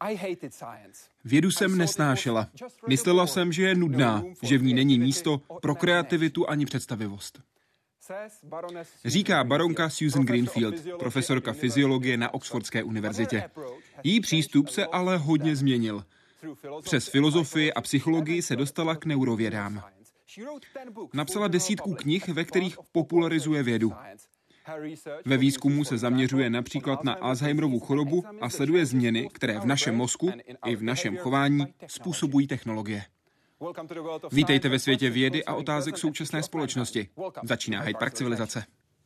Vědu jsem nesnášela. Myslela jsem, že je nudná, že v ní není místo pro kreativitu ani představivost. Říká baronka Susan Greenfield, profesorka fyziologie na Oxfordské univerzitě. Její přístup se ale hodně změnil. Přes filozofii a psychologii se dostala k neurovědám. Napsala 10 knih, ve kterých popularizuje vědu. Ve výzkumu se zaměřuje například na Alzheimerovu chorobu a sleduje změny, které v našem mozku i v našem chování způsobují technologie. Vítejte ve světě vědy a otázek současné společnosti. Začíná Hyde Park civilizace.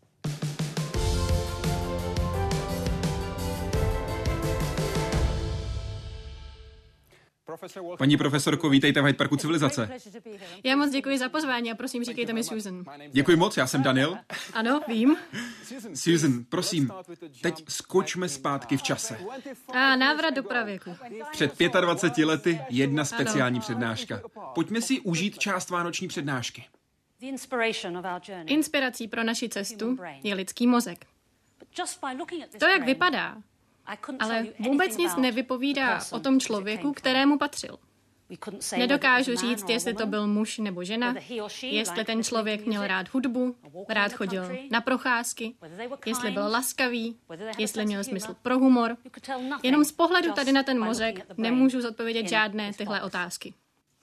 Paní profesorko, vítejte v Hyde Parku civilizace. Já moc děkuji za pozvání a prosím, říkejte mi Susan. Děkuji moc, já jsem Daniel. Ano, vím. Susan, prosím, teď skočme zpátky v čase. A návrat do pravěku. Před 25 lety jedna speciální přednáška. Pojďme si užít část vánoční přednášky. Inspirací pro naši cestu je lidský mozek. To, jak vypadá, ale vůbec nic nevypovídá o tom člověku, kterému patřil. Nedokážu říct, jestli to byl muž nebo žena, jestli ten člověk měl rád hudbu, rád chodil na procházky, jestli byl laskavý, jestli měl smysl pro humor. Jenom z pohledu tady na ten mozek nemůžu zodpovědět žádné tyhle otázky.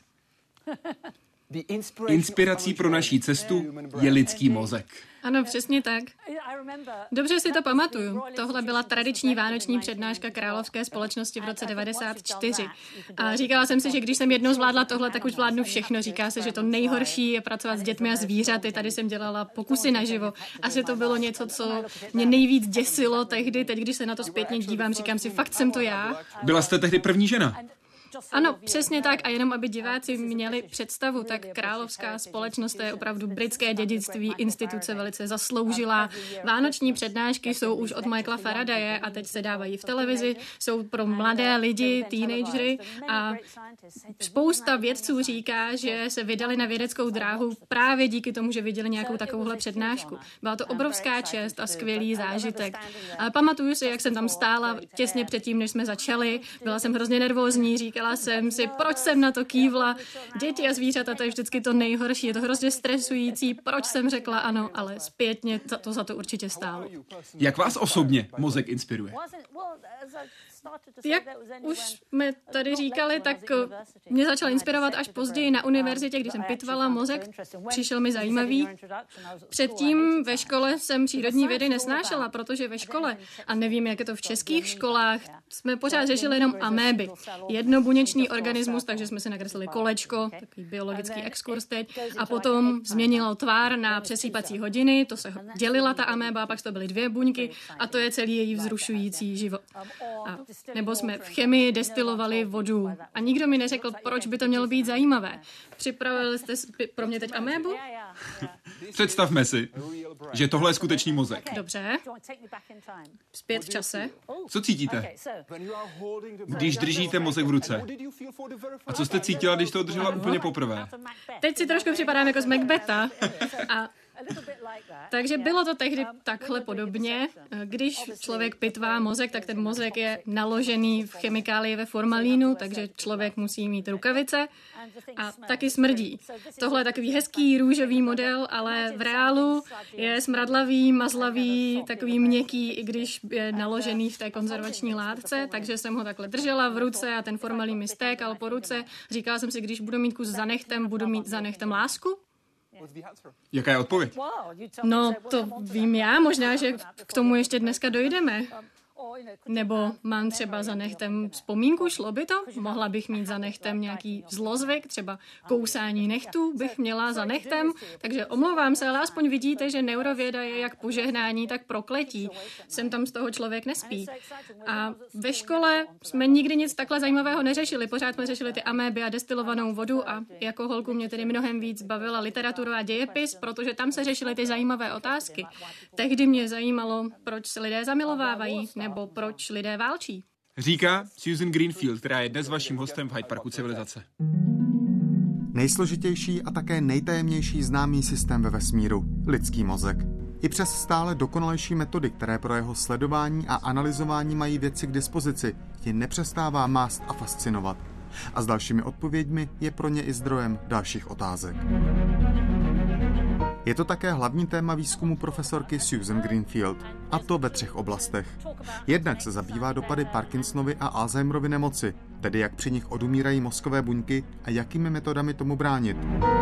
Inspirací pro naší cestu je lidský mozek. Ano, přesně tak. Dobře si to pamatuju. Tohle byla tradiční vánoční přednáška Královské společnosti v roce 1994. A říkala jsem si, že když jsem jednou zvládla tohle, tak už zvládnu všechno. Říká se, že to nejhorší je pracovat s dětmi a zvířaty. Tady jsem dělala pokusy naživo. Asi to bylo něco, co mě nejvíc děsilo tehdy. Teď, když se na to zpětně dívám, říkám si, fakt jsem to já. Byla jste tehdy první žena? Ano, přesně tak. A jenom, aby diváci měli představu, tak Královská společnost je opravdu britské dědictví, instituce velice zasloužilá. Vánoční přednášky jsou už od Michaela Faradaye a teď se dávají v televizi. Jsou pro mladé lidi, teenagery a spousta vědců říká, že se vydali na vědeckou dráhu právě díky tomu, že viděli nějakou takovouhle přednášku. Byla to obrovská čest a skvělý zážitek. Ale pamatuju si, jak jsem tam stála těsně předtím, než jsme začali. Byla jsem hrozně nervózní, říkala jsem si, proč jsem na to kývla. Děti a zvířata, to je vždycky to nejhorší, je to hrozně stresující, proč jsem řekla ano, ale zpětně to za to určitě stálo. Jak vás osobně mozek inspiruje? Jak už jsme tady říkali, tak mě začal inspirovat až později na univerzitě, když jsem pitvala mozek, přišel mi zajímavý. Předtím ve škole jsem přírodní vědy nesnášela, protože ve škole, a nevím, jak je to v českých školách, jsme pořád řešili jenom améby. Jednobuněčný organismus, takže jsme si nakreslili kolečko, takový biologický exkurs teď, a potom změnilo tvar na přesýpací hodiny, to se dělila ta améba, pak to byly 2 buňky a to je celý její vzrušující život. Nebo jsme v chemii destilovali vodu. A nikdo mi neřekl, proč by to mělo být zajímavé. Připravili jste pro mě teď amébu? Představme si, že tohle je skutečný mozek. Dobře. Zpět v čase. Co cítíte, když držíte mozek v ruce? A co jste cítila, když to držela úplně poprvé? Teď si trošku připadám jako z Macbetha. Takže bylo to tehdy takhle podobně. Když člověk pitvá mozek, tak ten mozek je naložený v chemikálii ve formalínu, takže člověk musí mít rukavice a taky smrdí. Tohle je takový hezký růžový model, ale v reálu je smradlavý, mazlavý, takový měkký, i když je naložený v té konzervační látce, takže jsem ho takhle držela v ruce a ten formalín mi stékal po ruce. Říkala jsem si, když budu mít kus za nechtem, budu mít za nechtem lásku. Jaká je odpověď? No, to vím já, možná, že k tomu ještě dneska dojdeme. Nebo mám třeba za nechtem vzpomínku, šlo by to? Mohla bych mít za nechtem nějaký zlozvyk, třeba kousání nechtů bych měla za nechtem, takže omlouvám se, ale aspoň vidíte, že neurověda je jak požehnání, tak prokletí. Sem tam z toho člověk nespí. A ve škole jsme nikdy nic takhle zajímavého neřešili, pořád jsme řešili ty améby a destilovanou vodu a jako holku mě tedy mnohem víc bavila literatura a dějepis, protože tam se řešily ty zajímavé otázky. Tehdy mě zajímalo, proč se lidé zamilovávají, nebo proč lidé válčí. Říká Susan Greenfield, která je dnes vaším hostem v Hyde Parku civilizace. Nejsložitější a také nejtajemnější známý systém ve vesmíru, lidský mozek. I přes stále dokonalejší metody, které pro jeho sledování a analyzování mají věci k dispozici, ji nepřestává mást a fascinovat. A s dalšími odpověďmi je pro ně i zdrojem dalších otázek. Je to také hlavní téma výzkumu profesorky Susan Greenfield, a to ve 3 oblastech. Jednak se zabývá dopady Parkinsonovy a Alzheimerovy nemoci, tedy jak při nich odumírají mozkové buňky a jakými metodami tomu bránit.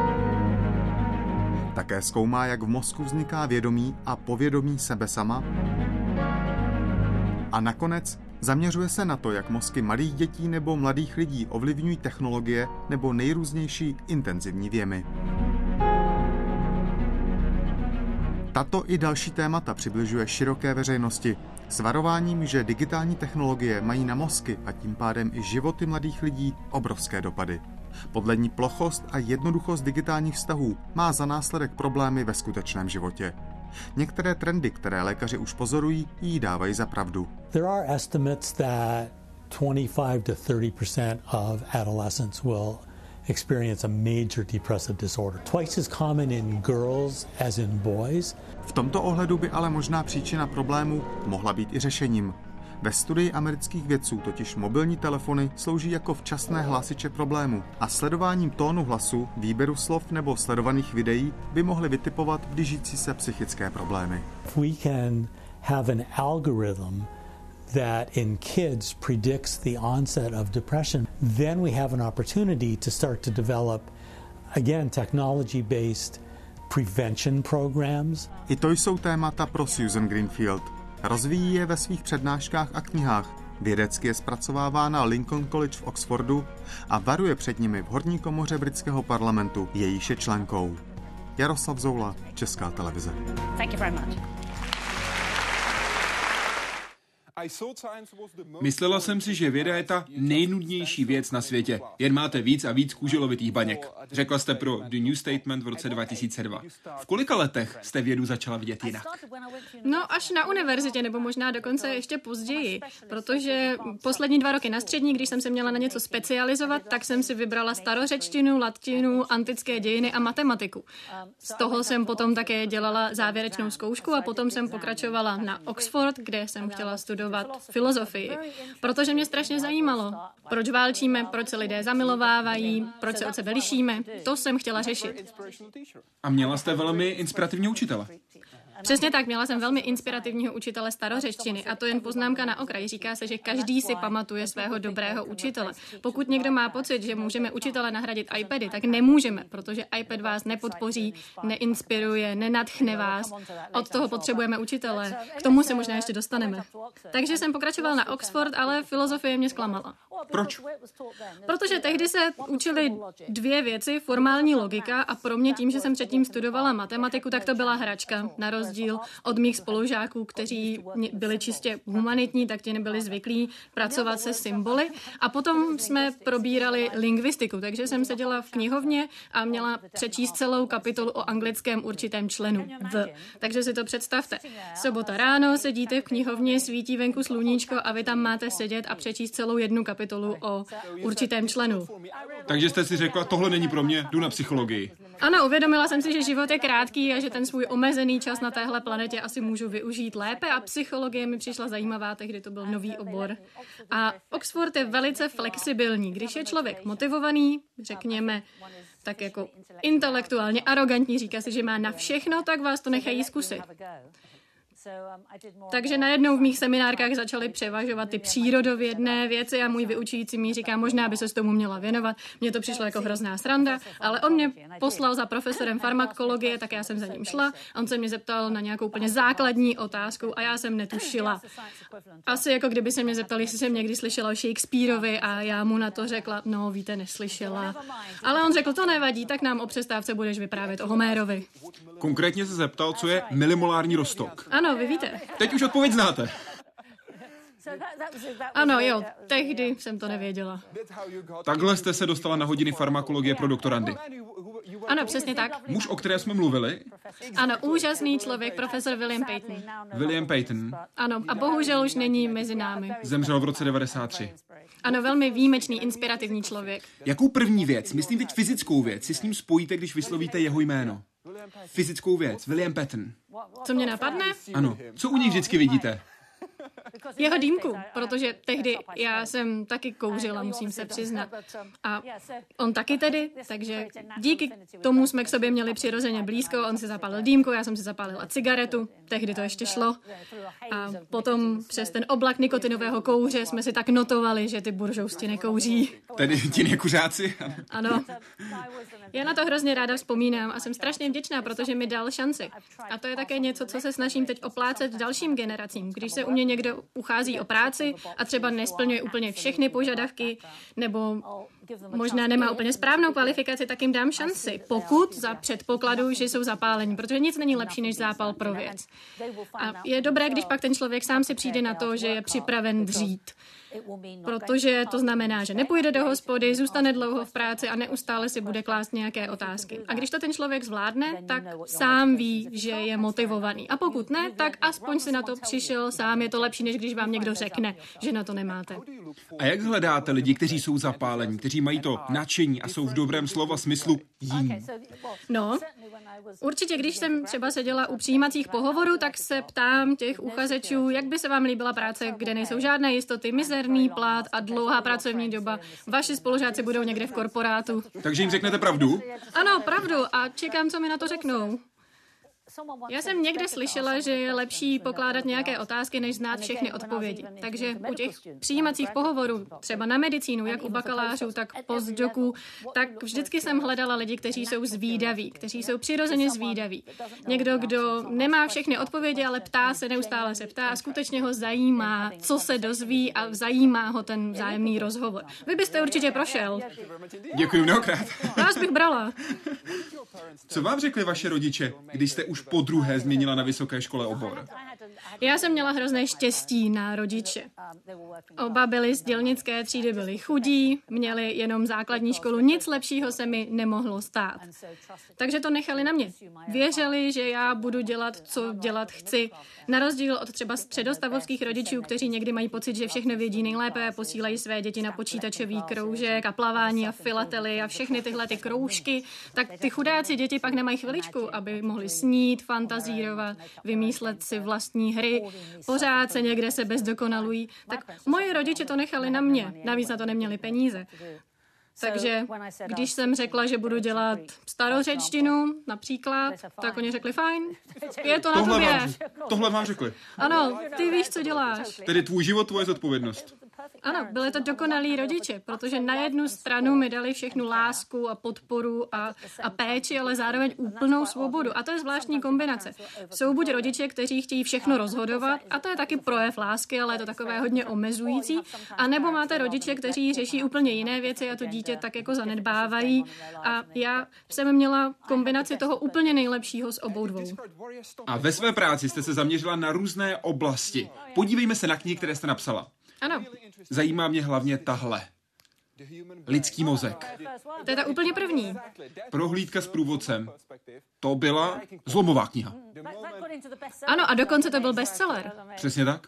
Také zkoumá, jak v mozku vzniká vědomí a povědomí sebe sama. A nakonec zaměřuje se na to, jak mozky malých dětí nebo mladých lidí ovlivňují technologie nebo nejrůznější intenzivní věmy. Tato i další témata přibližuje široké veřejnosti s varováním, že digitální technologie mají na mozky a tím pádem i životy mladých lidí obrovské dopady. Podle ní plochost a jednoduchost digitálních vztahů má za následek problémy ve skutečném životě. Některé trendy, které lékaři už pozorují, jí dávají za pravdu. There are estimates that 25 to 30% of adolescents will experience a major depressive disorder. Twice as common in girls as in boys. V tomto ohledu by ale možná příčina problému mohla být i řešením. Ve studii amerických vědců totiž mobilní telefony slouží jako včasné hlásiče problému a sledováním tónu hlasu, výběru slov nebo sledovaných videí by mohly vytipovat blížící se psychické problémy. We can have an algorithm that in kids predicts the onset of depression. Then we have an opportunity to start to develop, again, technology-based prevention programs. I to jsou témata pro Susan Greenfield. Rozvíjí je ve svých přednáškách a knihách. Vědecky je zpracovává na Lincoln College v Oxfordu a varuje před nimi v horní komoře britského parlamentu, jejíž je členkou. Jaroslav Zoula, Česká televize. Thank you very much. Myslela jsem si, že věda je ta nejnudnější věc na světě. Jen máte víc a víc kůželovitých baněk. Řekla jste pro The New Statement v roce 2002. V kolika letech jste vědu začala vidět jinak? No až na univerzitě, nebo možná dokonce ještě později, protože poslední 2 roky na střední, když jsem se měla na něco specializovat, tak jsem si vybrala starořečtinu, latinu, antické dějiny a matematiku. Z toho jsem potom také dělala závěrečnou zkoušku a potom jsem pokračovala na Oxford, kde jsem chtěla studovat filozofii, protože mě strašně zajímalo, proč válčíme, proč se lidé zamilovávají, proč se od sebe lišíme. To jsem chtěla řešit. A měla jste velmi inspirativní učitele. Přesně tak, měla jsem velmi inspirativního učitele starořečtiny a to jen poznámka na okraj. Říká se, že každý si pamatuje svého dobrého učitele. Pokud někdo má pocit, že můžeme učitele nahradit iPady, tak nemůžeme, protože iPad vás nepodpoří, neinspiruje, nenadchne vás. Od toho potřebujeme učitele. K tomu se možná ještě dostaneme. Takže jsem pokračovala na Oxford, ale filozofie mě zklamala. Proč? Protože tehdy se učili 2 věci, formální logika a pro mě tím, že jsem předtím studovala matematiku, tak to byla hračka. Na rozdíl od mých spolužáků, kteří byli čistě humanitní, tak ti nebyli zvyklí pracovat se symboly. A potom jsme probírali lingvistiku, takže jsem seděla v knihovně a měla přečíst celou kapitolu o anglickém určitém členu the. Takže si to představte. Sobota ráno sedíte v knihovně, svítí venku sluníčko a vy tam máte sedět a přečíst celou 1 kapitolu o určitém členu. Takže jste si řekla, tohle není pro mě, jdu na psychologii. Ano, uvědomila jsem si, že život je krátký a že ten svůj omezený čas na téhle planetě asi můžu využít lépe a psychologie mi přišla zajímavá, tehdy to byl nový obor. A Oxford je velice flexibilní. Když je člověk motivovaný, řekněme, tak jako intelektuálně arrogantní, říká si, že má na všechno, tak vás to nechají zkusit. Takže najednou v mých seminárkách začaly převažovat ty přírodovědné věci a můj vyučující mi říká, možná by se s tomu měla věnovat. Mně to přišlo jako hrozná sranda, ale on mě poslal za profesorem farmakologie, tak já jsem za ním šla. On se mě zeptal na nějakou úplně základní otázku a já jsem netušila. Asi jako kdyby se mě zeptal, jestli jsem někdy slyšela o Shakespeareovi a já mu na to řekla, no víte, neslyšela. Ale on řekl, to nevadí, tak nám o přestávce budeš vyprávět o Homérovi. Konkrétně se zeptal, co je milimolární roztok. Ano, vy víte. Teď už odpověď znáte. Ano, jo, tehdy jsem to nevěděla. Takhle jste se dostala na hodiny farmakologie pro doktorandy. Ano, přesně tak. Muž, o kterém jsme mluvili? Ano, úžasný člověk, profesor William Peyton. William Peyton. Ano, a bohužel už není mezi námi. Zemřel v roce 93. Ano, velmi výjimečný, inspirativní člověk. Jakou první věc, myslím teď fyzickou věc, si s ním spojíte, když vyslovíte jeho jméno? fyzickou věc, William Patton. Co mě napadne? Ano, co u něj vždycky vidíte? Jeho dýmku, protože tehdy já jsem taky kouřila, musím se přiznat. A on taky tedy, takže díky tomu jsme k sobě měli přirozeně blízko. On si zapálil dýmku, já jsem si zapálila cigaretu, tehdy to ještě šlo. A potom přes ten oblak nikotinového kouře jsme si tak notovali, že ty buržousti nekouří. Tedy ti nekuřáci? Ano. Já na to hrozně ráda vzpomínám a jsem strašně vděčná, protože mi dal šanci. A to je také něco, co se snažím teď oplácet dalším generacím. Když se u mě někdo uchází o práci a třeba nesplňuje úplně všechny požadavky, nebo možná nemá úplně správnou kvalifikaci, tak jim dám šanci, pokud za předpokladu, že jsou zapálení, protože nic není lepší než zápal pro věc. A je dobré, když pak ten člověk sám si přijde na to, že je připraven dřít. Protože to znamená, že nepůjde do hospody, zůstane dlouho v práci a neustále si bude klást nějaké otázky. A když to ten člověk zvládne, tak sám ví, že je motivovaný. A pokud ne, tak aspoň si na to přišel sám. Je to lepší, než když vám někdo řekne, že na to nemáte. A jak hledáte lidi, kteří jsou zapálení, kteří mají to nadšení a jsou v dobrém slova smyslu jiní? No, určitě, když jsem třeba seděla u přijímacích pohovorů, tak se ptám těch uchazečů, jak by se vám líbila práce, kde nejsou žádné jistoty, mizerný plat a dlouhá pracovní doba. Vaši spolužáci budou někde v korporátu. Takže jim řeknete pravdu? Ano, pravdu a čekám, co mi na to řeknou. Já jsem někde slyšela, že je lepší pokládat nějaké otázky, než znát všechny odpovědi. Takže u těch přijímacích pohovorů, třeba na medicínu, jak u bakalářů, tak postdoků, tak vždycky jsem hledala lidi, kteří jsou zvídaví, kteří jsou přirozeně zvídaví. Někdo, kdo nemá všechny odpovědi, ale ptá se, neustále se ptá a skutečně ho zajímá, co se dozví a zajímá ho ten vzájemný rozhovor. Vy byste určitě prošel. Děkuji mnohokrát. Vás bych brala. Co vám řekli vaše rodiče, když jste už po druhé změnila na vysoké škole obor? Já jsem měla hrozné štěstí na rodiče. Oba byli z dělnické třídy, byli chudí, měli jenom základní školu, nic lepšího se mi nemohlo stát. Takže to nechali na mě. Věřili, že já budu dělat, co dělat chci. Na rozdíl od třeba středostavovských rodičů, kteří někdy mají pocit, že všechno vědí nejlépe a posílají své děti na počítačový kroužek a plavání a filately a všechny tyhle ty kroužky, tak ty chudáci děti pak nemají chviličku, aby mohli snít, fantazírovat, vymýšlet si vlastní hry, pořád se někde se bezdokonalují. Tak moji rodiče to nechali na mě, navíc na to neměli peníze. Takže když jsem řekla, že budu dělat starořečtinu například, tak oni řekli fajn, je to na tobě. Tohle vám řekli. Ano, ty víš, co děláš. Tedy tvůj život, tvoje zodpovědnost. Ano, byli to dokonalí rodiče, protože na jednu stranu mi dali všechnu lásku a podporu a péči, ale zároveň úplnou svobodu. A to je zvláštní kombinace. Jsou buď rodiče, kteří chtějí všechno rozhodovat, a to je taky projev lásky, ale je to takové hodně omezující, a nebo máte rodiče, kteří řeší úplně jiné věci a to dítě tak jako zanedbávají. A já jsem měla kombinaci toho úplně nejlepšího z obou dvou. A ve své práci jste se zaměřila na různé oblasti. Podívejme se na knihy, které jste napsala. Ano. Zajímá mě hlavně tahle. Lidský mozek. To je ta úplně první. Prohlídka s průvodcem. To byla zlomová kniha. Ano, a dokonce to byl bestseller. Přesně tak.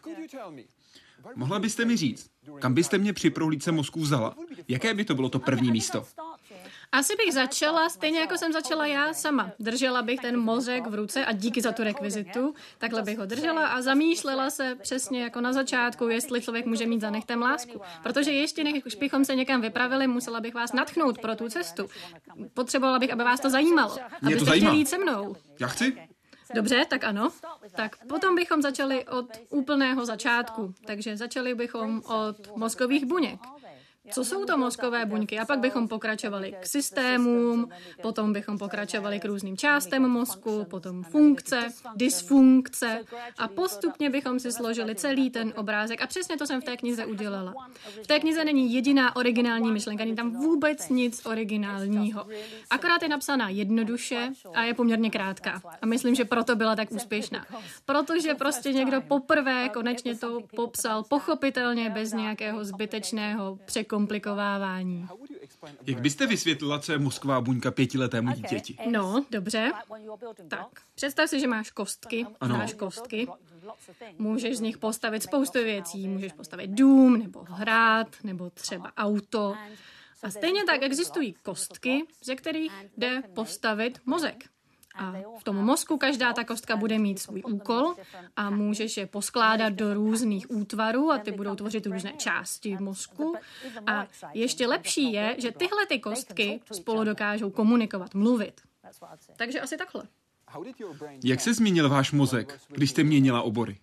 Mohla byste mi říct, kam byste mě při prohlídce mozku vzala? Jaké by to bylo to první místo? Asi bych začala stejně, jako jsem začala já sama. Držela bych ten mozek v ruce a díky za tu rekvizitu, takhle bych ho držela a zamýšlela se přesně jako na začátku, jestli člověk může mít za nechtem lásku. Protože ještě než bychom se někam vypravili, musela bych vás nadchnout pro tu cestu. Potřebovala bych, aby vás to zajímalo. Abyste chtěli jít se mnou. Já chci. Dobře, tak ano. Tak potom bychom začali od úplného začátku. Takže začali bychom od mozkových buněk. Co jsou to mozkové buňky? A pak bychom pokračovali k systémům, potom bychom pokračovali k různým částem mozku, potom funkce, dysfunkce a postupně bychom si složili celý ten obrázek. A přesně to jsem v té knize udělala. V té knize není jediná originální myšlenka, není tam vůbec nic originálního. Akorát je napsaná jednoduše a je poměrně krátká. A myslím, že proto byla tak úspěšná. Protože prostě někdo poprvé konečně to popsal pochopitelně bez nějakého zbytečného komplikovávání. Jak byste vysvětlila, co je mozková buňka 5letému dítěti? No, dobře. Tak, představ si, že máš kostky. Ano. Máš kostky. Můžeš z nich postavit spoustu věcí. Můžeš postavit dům, nebo hrad, nebo třeba auto. A stejně tak existují kostky, ze kterých jde postavit mozek. A v tom mozku každá ta kostka bude mít svůj úkol a můžeš je poskládat do různých útvarů a ty budou tvořit různé části mozku. A ještě lepší je, že tyhle ty kostky spolu dokážou komunikovat, mluvit. Takže asi takhle. Jak se změnil váš mozek, když jste měnila obory?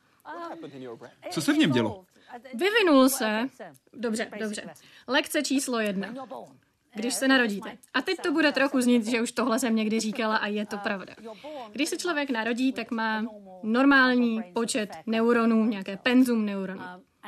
Co se v něm dělo? Vyvinul se. Dobře. Lekce číslo 1. Když se narodíte. A teď to bude trochu znít, že už tohle jsem někdy říkala a je to pravda. Když se člověk narodí, tak má normální počet neuronů, nějaké penzum neuronů.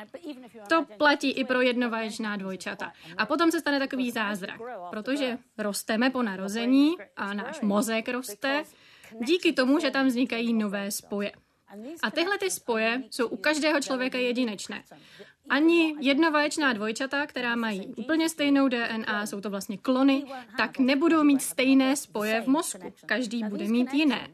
To platí i pro jednovaječná dvojčata. A potom se stane takový zázrak, protože rosteme po narození a náš mozek roste díky tomu, že tam vznikají nové spoje. A tyhle ty spoje jsou u každého člověka jedinečné. Ani jednovaječná dvojčata, která mají úplně stejnou DNA, jsou to vlastně klony, tak nebudou mít stejné spoje v mozku. Každý bude mít jiné.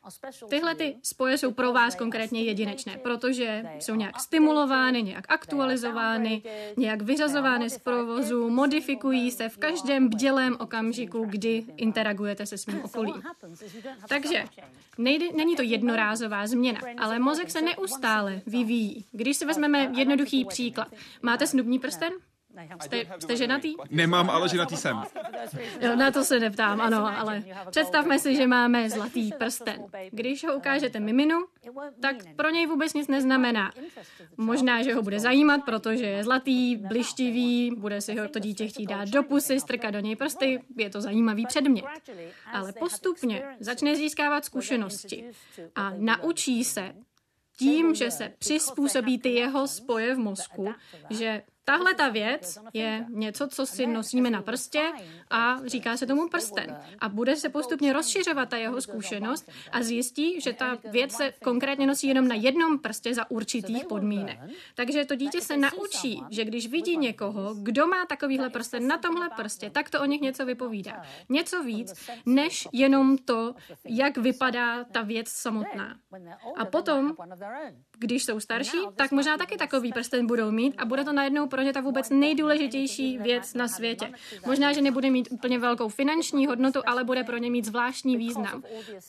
Tyhle ty spoje jsou pro vás konkrétně jedinečné, protože jsou nějak stimulovány, nějak aktualizovány, nějak vyřazovány z provozu, modifikují se v každém bdělém okamžiku, kdy interagujete se svým okolím. Takže není to jednorázová změna, ale mozek se neustále vyvíjí. Když si vezmeme jednoduchý příklad. Máte snubní prsten? Jste ženatý? Nemám, ale ženatý jsem. Jo, na to se neptám, ano, ale představme si, že máme zlatý prsten. Když ho ukážete miminu, tak pro něj vůbec nic neznamená. Možná, že ho bude zajímat, protože je zlatý, blištivý, bude si ho to dítě chtít dát do pusy, strkat do něj prsty, je to zajímavý předmět. Ale postupně začne získávat zkušenosti a naučí se tím, že se přizpůsobí ty jeho spoje v mozku, že tahle ta věc je něco, co si nosíme na prstě a říká se tomu prsten. A bude se postupně rozšiřovat ta jeho zkušenost a zjistí, že ta věc se konkrétně nosí jenom na jednom prstě za určitých podmínek. Takže to dítě se naučí, že když vidí někoho, kdo má takovýhle prsten na tomhle prstě, tak to o nich něco vypovídá. Něco víc, než jenom to, jak vypadá ta věc samotná. A potom, když jsou starší, tak možná taky takový prsten budou mít a bude to najednou pro ně ta vůbec nejdůležitější věc na světě. Možná, že nebude mít úplně velkou finanční hodnotu, ale bude pro ně mít zvláštní význam.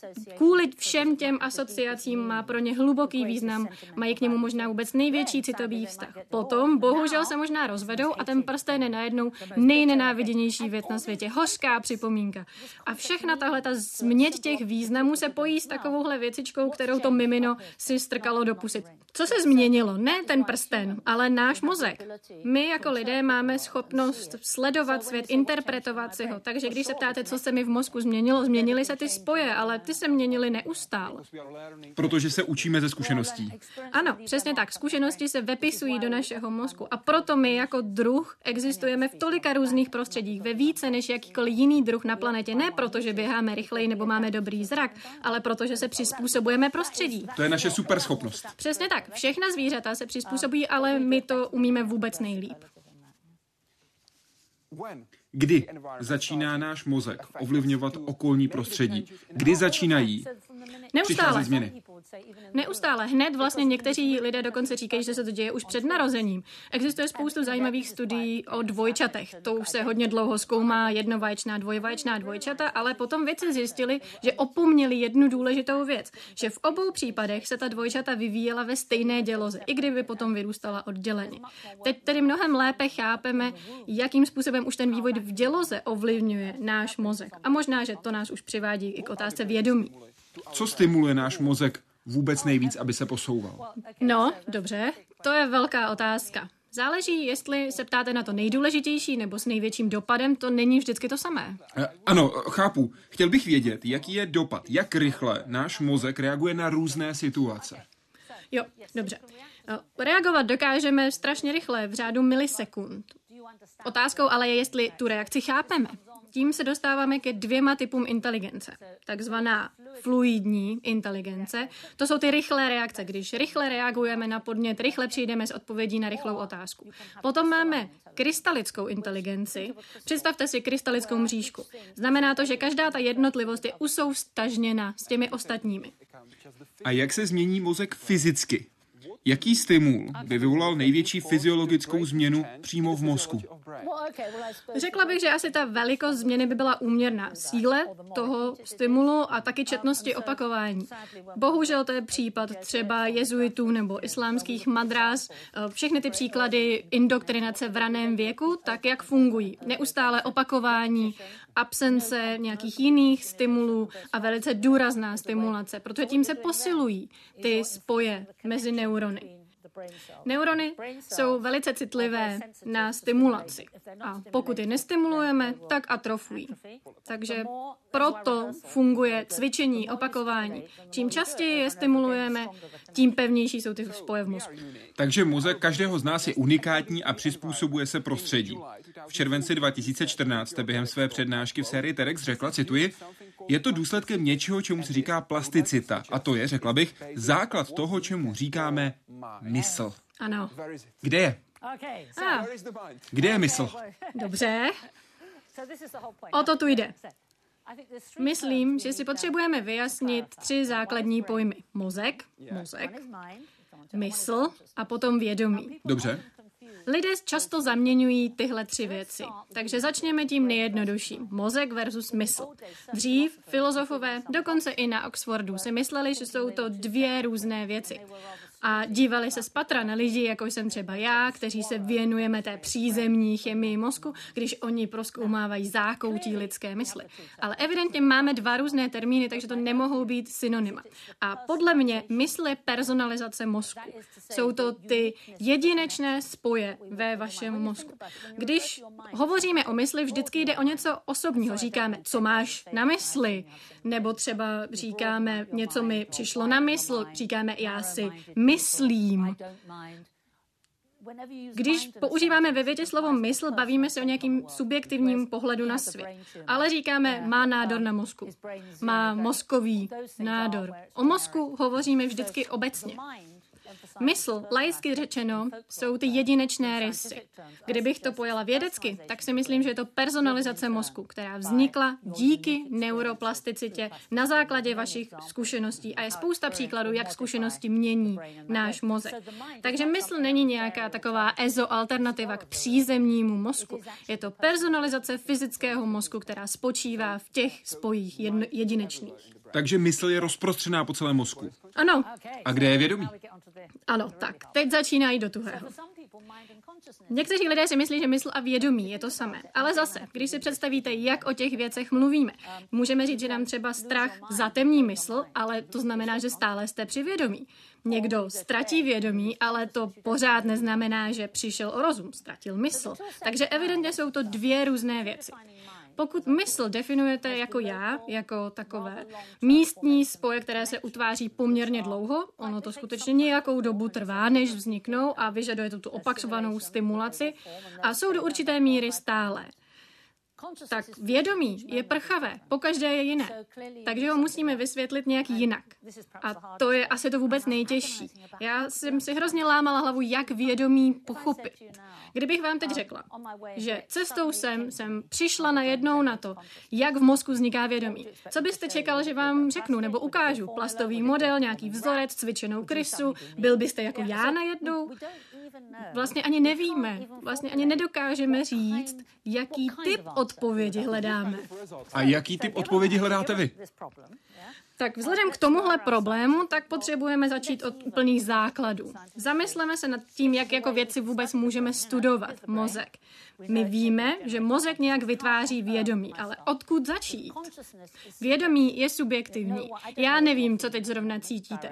Kvůli všem těm asociacím má pro ně hluboký význam, mají k němu možná vůbec největší citový vztah. Potom, bohužel se možná rozvedou a ten prsten je najednou nejnenáviděnější věc na světě. Hořká připomínka. A všechna tahle ta změť těch významů se pojí s takovouhle věcičkou, kterou to mimino si strkalo do pusy. Co se změnilo? Ne ten prsten, ale náš mozek. My jako lidé máme schopnost sledovat svět, interpretovat si ho. Takže když se ptáte, co se mi v mozku změnilo, změnily se ty spoje, ale ty se měnily neustále. Protože se učíme ze zkušeností. Ano, přesně tak. Zkušenosti se vepisují do našeho mozku. A proto my jako druh existujeme v tolika různých prostředích, ve více než jakýkoliv jiný druh na planetě. Ne proto, že běháme rychleji nebo máme dobrý zrak, ale protože se přizpůsobujeme prostředí. To je naše superschopnost. Přesně tak. Všechna zvířata se přizpůsobují, ale my to umíme vůbec nejlíp. Kdy začíná náš mozek ovlivňovat okolní prostředí? Kdy začínají přicházet změny? Neustále. Hned vlastně někteří lidé dokonce říkají, že se to děje už před narozením. Existuje spoustu zajímavých studií o dvojčatech. To už se hodně dlouho zkoumá jednovaječná, dvojvaječná dvojčata, ale potom vědci zjistili, že opomněli jednu důležitou věc, že v obou případech se ta dvojčata vyvíjela ve stejné děloze, i kdyby potom vyrůstala odděleně. Teď tedy mnohem lépe chápeme, jakým způsobem už ten vývoj v děloze ovlivňuje náš mozek. A možná, že to nás už přivádí i k otázce vědomí. Co stimuluje náš mozek vůbec nejvíc, aby se posouval? No, dobře, to je velká otázka. Záleží, jestli se ptáte na to nejdůležitější nebo s největším dopadem, to není vždycky to samé. Ano, chápu. Chtěl bych vědět, jaký je dopad, jak rychle náš mozek reaguje na různé situace. Jo, dobře. Reagovat dokážeme strašně rychle, v řádu milisekund. Otázkou ale je, jestli tu reakci chápeme. Tím se dostáváme ke 2 typům inteligence. Takzvaná fluidní inteligence. To jsou ty rychlé reakce, když rychle reagujeme na podnět, rychle přijdeme s odpovědí na rychlou otázku. Potom máme krystalickou inteligenci. Představte si krystalickou mřížku. Znamená to, že každá ta jednotlivost je usoustažněna s těmi ostatními. A jak se změní mozek fyzicky? Jaký stimul by vyvolal největší fyziologickou změnu přímo v mozku? Řekla bych, že asi ta velikost změny by byla úměrná síle toho stimulu a taky četnosti opakování. Bohužel to je případ třeba jezuitů nebo islámských madrás. Všechny ty příklady indoktrinace v raném věku, tak jak fungují. Neustále opakování, absence nějakých jiných stimulů a velice důrazná stimulace, protože tím se posilují ty spoje mezi neurony. Neurony jsou velice citlivé na stimulaci a pokud je nestimulujeme, tak atrofují. Takže proto funguje cvičení, opakování. Čím častěji je stimulujeme, tím pevnější jsou ty spoje v mozku. Takže mozek každého z nás je unikátní a přizpůsobuje se prostředí. V červenci 2014 jste během své přednášky v sérii TEDx řekla, cituji, je to důsledkem něčeho, čemu se říká plasticita. A to je, řekla bych, základ toho, čemu říkáme mysl. Ano. Kde je? Kde je mysl? Dobře. O to tu jde. Myslím, že si potřebujeme vyjasnit 3 základní pojmy. Mozek, mysl a potom vědomí. Dobře. Lidé často zaměňují tyhle 3 věci, takže začněme tím nejjednodušším. Mozek versus mysl. Dřív filozofové, dokonce i na Oxfordu, si mysleli, že jsou to 2 různé věci. A dívali se spatra na lidi, jako jsem třeba já, kteří se věnujeme té přízemní chemii mozku, když oni prozkoumávají zákoutí lidské mysli. Ale evidentně máme 2 různé termíny, takže to nemohou být synonyma. A podle mě mysl je personalizace mozku. Jsou to ty jedinečné spoje ve vašem mozku. Když hovoříme o mysli, vždycky jde o něco osobního. Říkáme, co máš na mysli, nebo třeba říkáme, něco mi přišlo na mysl, říkáme, já si myslím. Když používáme ve větě slovo mysl, bavíme se o nějakým subjektivním pohledu na svět. Ale říkáme, má nádor na mozku. Má mozkový nádor. O mozku hovoříme vždycky obecně. Mysl, laicky řečeno, jsou ty jedinečné rysy. Kdybych to pojala vědecky, tak si myslím, že je to personalizace mozku, která vznikla díky neuroplasticitě na základě vašich zkušeností. A je spousta příkladů, jak zkušenosti mění náš mozek. Takže mysl není nějaká taková alternativa k přízemnímu mozku. Je to personalizace fyzického mozku, která spočívá v těch spojích jedinečných. Takže mysl je rozprostřená po celém mozku. Ano. A kde je vědomí? Ano, tak, teď začínají do tuhého. Někteří lidé si myslí, že mysl a vědomí je to samé. Ale zase, když si představíte, jak o těch věcech mluvíme, můžeme říct, že nám třeba strach zatemní mysl, ale to znamená, že stále jste při vědomí. Někdo ztratí vědomí, ale to pořád neznamená, že přišel o rozum, ztratil mysl. Takže evidentně jsou to 2 různé věci. Pokud mysl definujete jako já, jako takové místní spoje, které se utváří poměrně dlouho, ono to skutečně nějakou dobu trvá, než vzniknou a vyžaduje tu opakovanou stimulaci a jsou do určité míry stálé. Tak vědomí je prchavé, pokaždé je jiné, takže ho musíme vysvětlit nějak jinak. A to je asi to vůbec nejtěžší. Já jsem si hrozně lámala hlavu, jak vědomí pochopit. Kdybych vám teď řekla, že cestou jsem přišla najednou na to, jak v mozku vzniká vědomí. Co byste čekal, že vám řeknu nebo ukážu? Plastový model, nějaký vzorec, cvičenou krysu, byl byste jako já najednou? Vlastně ani nevíme, vlastně ani nedokážeme říct, jaký typ odpovědi hledáme. A jaký typ odpovědi hledáte vy? Tak vzhledem k tomuhle problému, tak potřebujeme začít od úplných základů. Zamysleme se nad tím, jak jako vědci vůbec můžeme studovat mozek. My víme, že mozek nějak vytváří vědomí, ale odkud začít? Vědomí je subjektivní. Já nevím, co teď zrovna cítíte.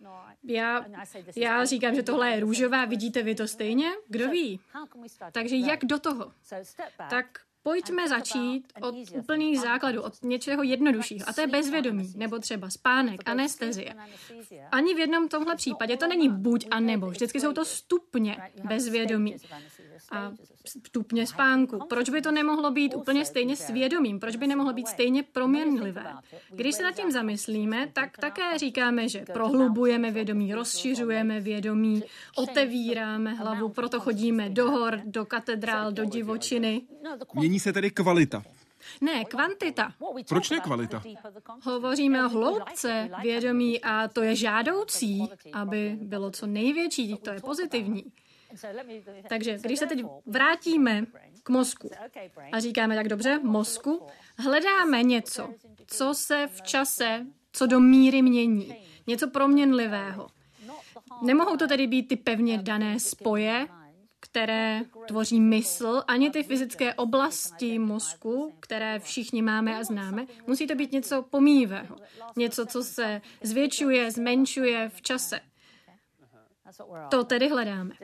Já říkám, že tohle je růžová, vidíte vy to stejně? Kdo ví? Takže jak do toho? Tak pojďme začít od úplných základů, od něčeho jednoduššího. A to je bezvědomí, nebo třeba spánek, anestezie. Ani v jednom tomhle případě to není buď a nebo. Vždycky jsou to stupně bezvědomí a stupně spánku. Proč by to nemohlo být úplně stejně svědomím? Proč by nemohlo být stejně proměnlivé? Když se nad tím zamyslíme, tak také říkáme, že prohlubujeme vědomí, rozšiřujeme vědomí, otevíráme hlavu, proto chodíme do hor, do katedrál, do divočiny. Mění se tedy kvalita. Ne, kvantita. Proč ne kvalita? Hovoříme o hloubce vědomí a to je žádoucí, aby bylo co největší, to je pozitivní. Takže když se teď vrátíme k mozku a říkáme tak dobře, mozku, hledáme něco, co se v čase, co do míry mění. Něco proměnlivého. Nemohou to tedy být ty pevně dané spoje, které tvoří mysl, ani ty fyzické oblasti mozku, které všichni máme a známe. Musí to být něco pomíjivého. Něco, co se zvětšuje, zmenšuje v čase. To tedy hledáme.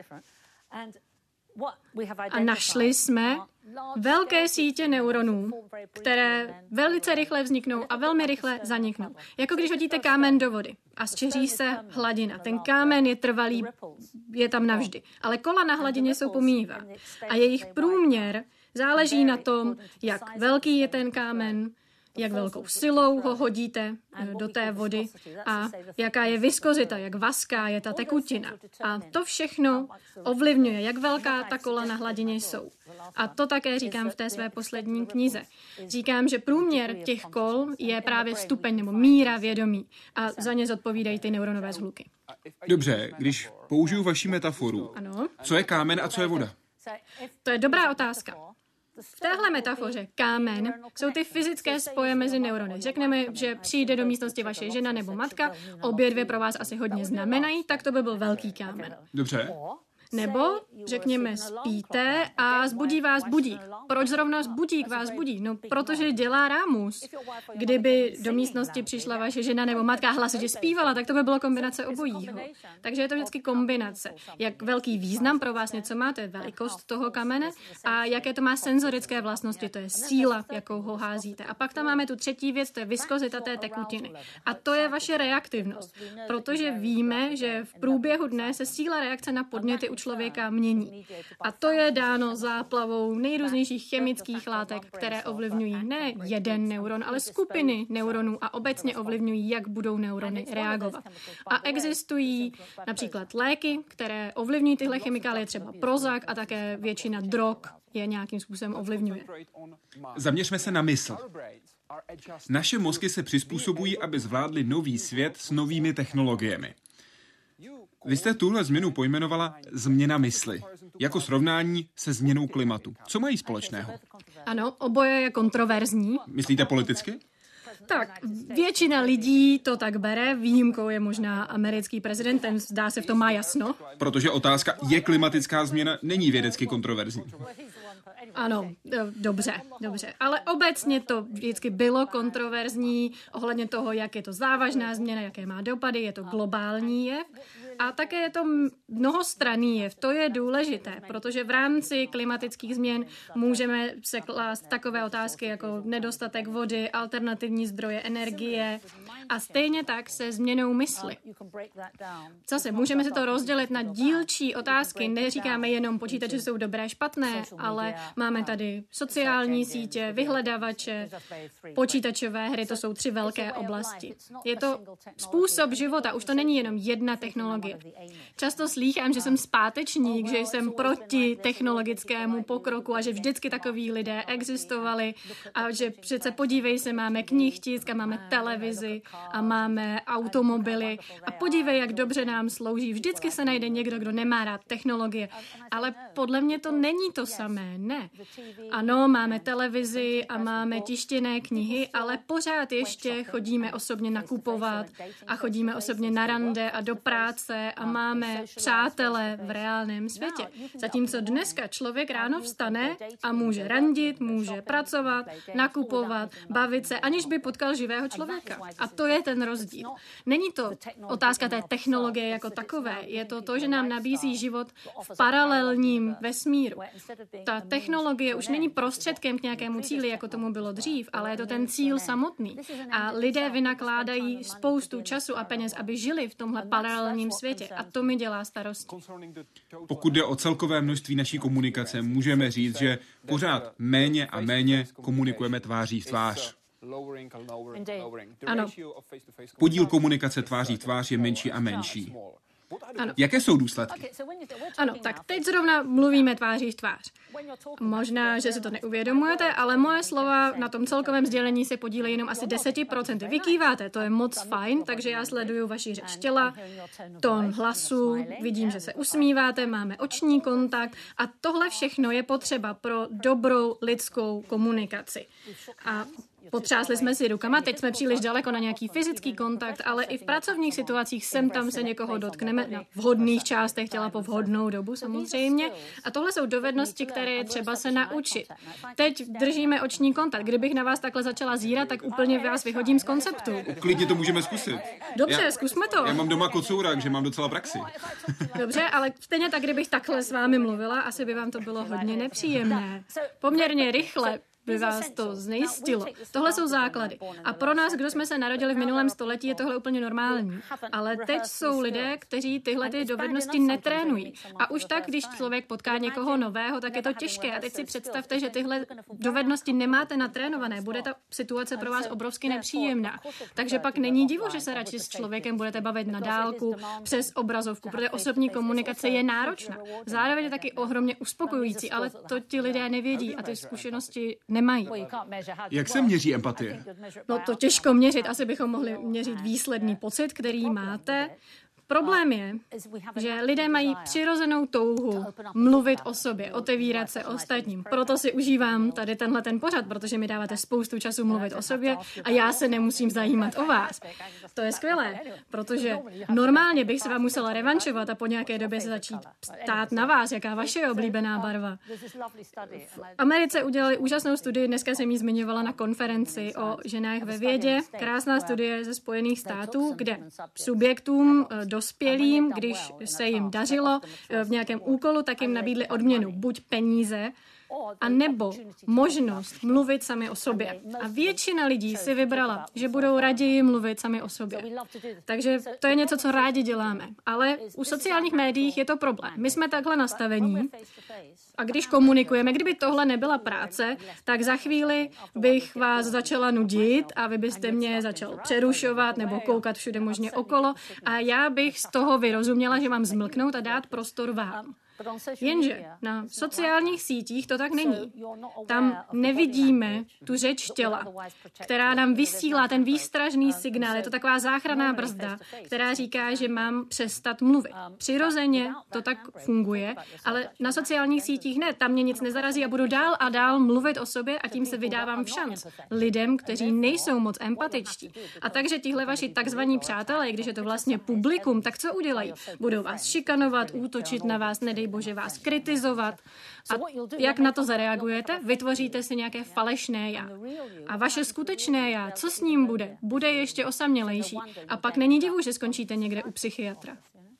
A našli jsme velké sítě neuronů, které velice rychle vzniknou a velmi rychle zaniknou. Jako když hodíte kámen do vody a zčeří se hladina. Ten kámen je trvalý, je tam navždy. Ale kola na hladině jsou pomíjivá. A jejich průměr záleží na tom, jak velký je ten kámen, jak velkou silou ho hodíte do té vody a jaká je viskozita, jak vazká je ta tekutina. A to všechno ovlivňuje, jak velká ta kola na hladině jsou. A to také říkám v té své poslední knize. Říkám, že průměr těch kol je právě stupeň nebo míra vědomí a za ně zodpovídají ty neuronové shluky. Dobře, když použiju vaši metaforu, ano. Co je kámen a co je voda? To je dobrá otázka. V téhle metafoře kámen jsou ty fyzické spoje mezi neurony. Řekneme, že přijde do místnosti vaše žena nebo matka, obě dvě pro vás asi hodně znamenají, tak to by byl velký kámen. Dobře. Nebo, řekněme, spíte a zbudí vás budík. Proč zrovna budík vás budí? No, protože dělá rámus. Kdyby do místnosti přišla vaše žena nebo matka hlasitě zpívala, tak to by bylo kombinace obojího. Takže je to vždycky kombinace. Jak velký význam pro vás něco má, to je velikost toho kamene, a jaké to má senzorické vlastnosti, to je síla, jakou ho házíte. A pak tam máme tu třetí věc, to je viskozita té tekutiny. A to je vaše reaktivnost. Protože víme, že v průběhu dne se síla reakce na podněty u člověka mění. A to je dáno záplavou nejrůznějších chemických látek, které ovlivňují ne jeden neuron, ale skupiny neuronů a obecně ovlivňují, jak budou neurony reagovat. A existují například léky, které ovlivňují tyhle chemikálie, třeba Prozac, a také většina drog je nějakým způsobem ovlivňuje. Zaměřme se na mysl. Naše mozky se přizpůsobují, aby zvládly nový svět s novými technologiemi. Vy jste tuhle změnu pojmenovala změna mysli, jako srovnání se změnou klimatu. Co mají společného? Ano, oboje je kontroverzní. Myslíte politicky? Tak, většina lidí to tak bere, výjimkou je možná americký prezident, ten zdá se v tom má jasno. Protože otázka, je klimatická změna, není vědecky kontroverzní. Ano, dobře. Ale obecně to vždycky bylo kontroverzní ohledně toho, jak je to závažná změna, jaké má dopady, je to globální jev. A také je to mnohostranný jev. To je důležité, protože v rámci klimatických změn můžeme se klást takové otázky jako nedostatek vody, alternativní zdroje energie a stejně tak se změnou mysli. Zase můžeme se to rozdělit na dílčí otázky. Neříkáme jenom počítače jsou dobré, špatné, ale máme tady sociální sítě, vyhledávače, počítačové hry, to jsou 3 velké oblasti. Je to způsob života, už to není jenom jedna technologie. Často slýchám, že jsem zpátečník, že jsem proti technologickému pokroku a že vždycky takoví lidé existovali a že přece podívej se, máme knihtisk a máme televizi a máme automobily a podívej, jak dobře nám slouží. Vždycky se najde někdo, kdo nemá rád technologie, ale podle mě to není to samé, ne. Ano, máme televizi a máme tištěné knihy, ale pořád ještě chodíme osobně nakupovat a chodíme osobně na rande a do práce a máme přátele v reálném světě. Zatímco dneska člověk ráno vstane a může randit, může pracovat, nakupovat, bavit se, aniž by potkal živého člověka. A to je ten rozdíl. Není to otázka té technologie jako takové, je to to, že nám nabízí život v paralelním vesmíru. Ta technologie už není prostředkem k nějakému cíli, jako tomu bylo dřív, ale je to ten cíl samotný. A lidé vynakládají spoustu času a peněz, aby žili v tomhle paralelním světě. A to mi dělá starosti. Pokud jde o celkové množství naší komunikace, můžeme říct, že pořád méně a méně komunikujeme tváří v tvář. Ano. Podíl komunikace tváří v tvář je menší a menší. Ano. Jaké jsou důsledky? Ano, tak teď zrovna mluvíme tváří v tvář. Možná, že si to neuvědomujete, ale moje slova na tom celkovém sdělení se podílejí jenom asi 10%. Vy kýváte, to je moc fajn, takže já sleduju vaši řeč těla, tón hlasu, vidím, že se usmíváte, máme oční kontakt a tohle všechno je potřeba pro dobrou lidskou komunikaci. A potřásli jsme si rukama, teď jsme příliš daleko na nějaký fyzický kontakt, ale i v pracovních situacích sem tam se někoho dotkneme na vhodných částech těla po vhodnou dobu samozřejmě. A tohle jsou dovednosti, které je třeba se naučit. Teď držíme oční kontakt. Kdybych na vás takhle začala zírat, tak úplně vás vyhodím z konceptu. Klidně to můžeme zkusit. Dobře, zkusme to. Já mám doma kocoura, takže mám docela praxi. Dobře, ale stejně tak, kdybych takhle s vámi mluvila, asi by vám to bylo hodně nepříjemné. Poměrně rychle by vás to znejistilo. Tohle jsou základy. A pro nás, kdo jsme se narodili v minulém století, je tohle úplně normální. Ale teď jsou lidé, kteří tyhle ty dovednosti netrénují. A už tak, když člověk potká někoho nového, tak je to těžké. A teď si představte, že tyhle dovednosti nemáte natrénované. Bude ta situace pro vás obrovsky nepříjemná. Takže pak není divu, že se radši s člověkem budete bavit na dálku, přes obrazovku, protože osobní komunikace je náročná. Zároveň je taky ohromně uspokojující, ale to ti lidé nevědí a ty zkušenosti nemají. Jak se měří empatie? No to těžko měřit, asi bychom mohli měřit výsledný pocit, který máte. Problém je, že lidé mají přirozenou touhu mluvit o sobě, otevírat se ostatním. Proto si užívám tady tenhle ten pořad, protože mi dáváte spoustu času mluvit o sobě a já se nemusím zajímat o vás. To je skvělé, protože normálně bych se vám musela revanšovat a po nějaké době se začít ptát na vás, jaká vaše je oblíbená barva. V Americe udělali úžasnou studii, dneska jsem ji zmiňovala na konferenci o ženách ve vědě. Krásná studie ze Spojených států, kde subjektům dospělým, když se jim dařilo v nějakém úkolu, tak jim nabídli odměnu, buď peníze, a nebo možnost mluvit sami o sobě. A většina lidí si vybrala, že budou raději mluvit sami o sobě. Takže to je něco, co rádi děláme. Ale u sociálních médií je to problém. My jsme takhle nastavení a když komunikujeme, kdyby tohle nebyla práce, tak za chvíli bych vás začala nudit a vy byste mě začal přerušovat nebo koukat všude možně okolo a já bych z toho vyrozuměla, že mám zmlknout a dát prostor vám. Jenže na sociálních sítích to tak není. Tam nevidíme tu řeč těla, která nám vysílá ten výstražný signál. Je to taková záchranná brzda, která říká, že mám přestat mluvit. Přirozeně to tak funguje, ale na sociálních sítích ne. Tam mě nic nezarazí a budu dál a dál mluvit o sobě a tím se vydávám v šanc lidem, kteří nejsou moc empatičtí. A takže tihle vaši takzvaní přátelé, když je to vlastně publikum, tak co udělají? Budou vás šikanovat, útočit na vás, nedej bože vás kritizovat. A jak na to zareagujete? Vytvoříte si nějaké falešné já. A vaše skutečné já, co s ním bude? Bude ještě osamělejší. A pak není divu, že skončíte někde u psychiatra.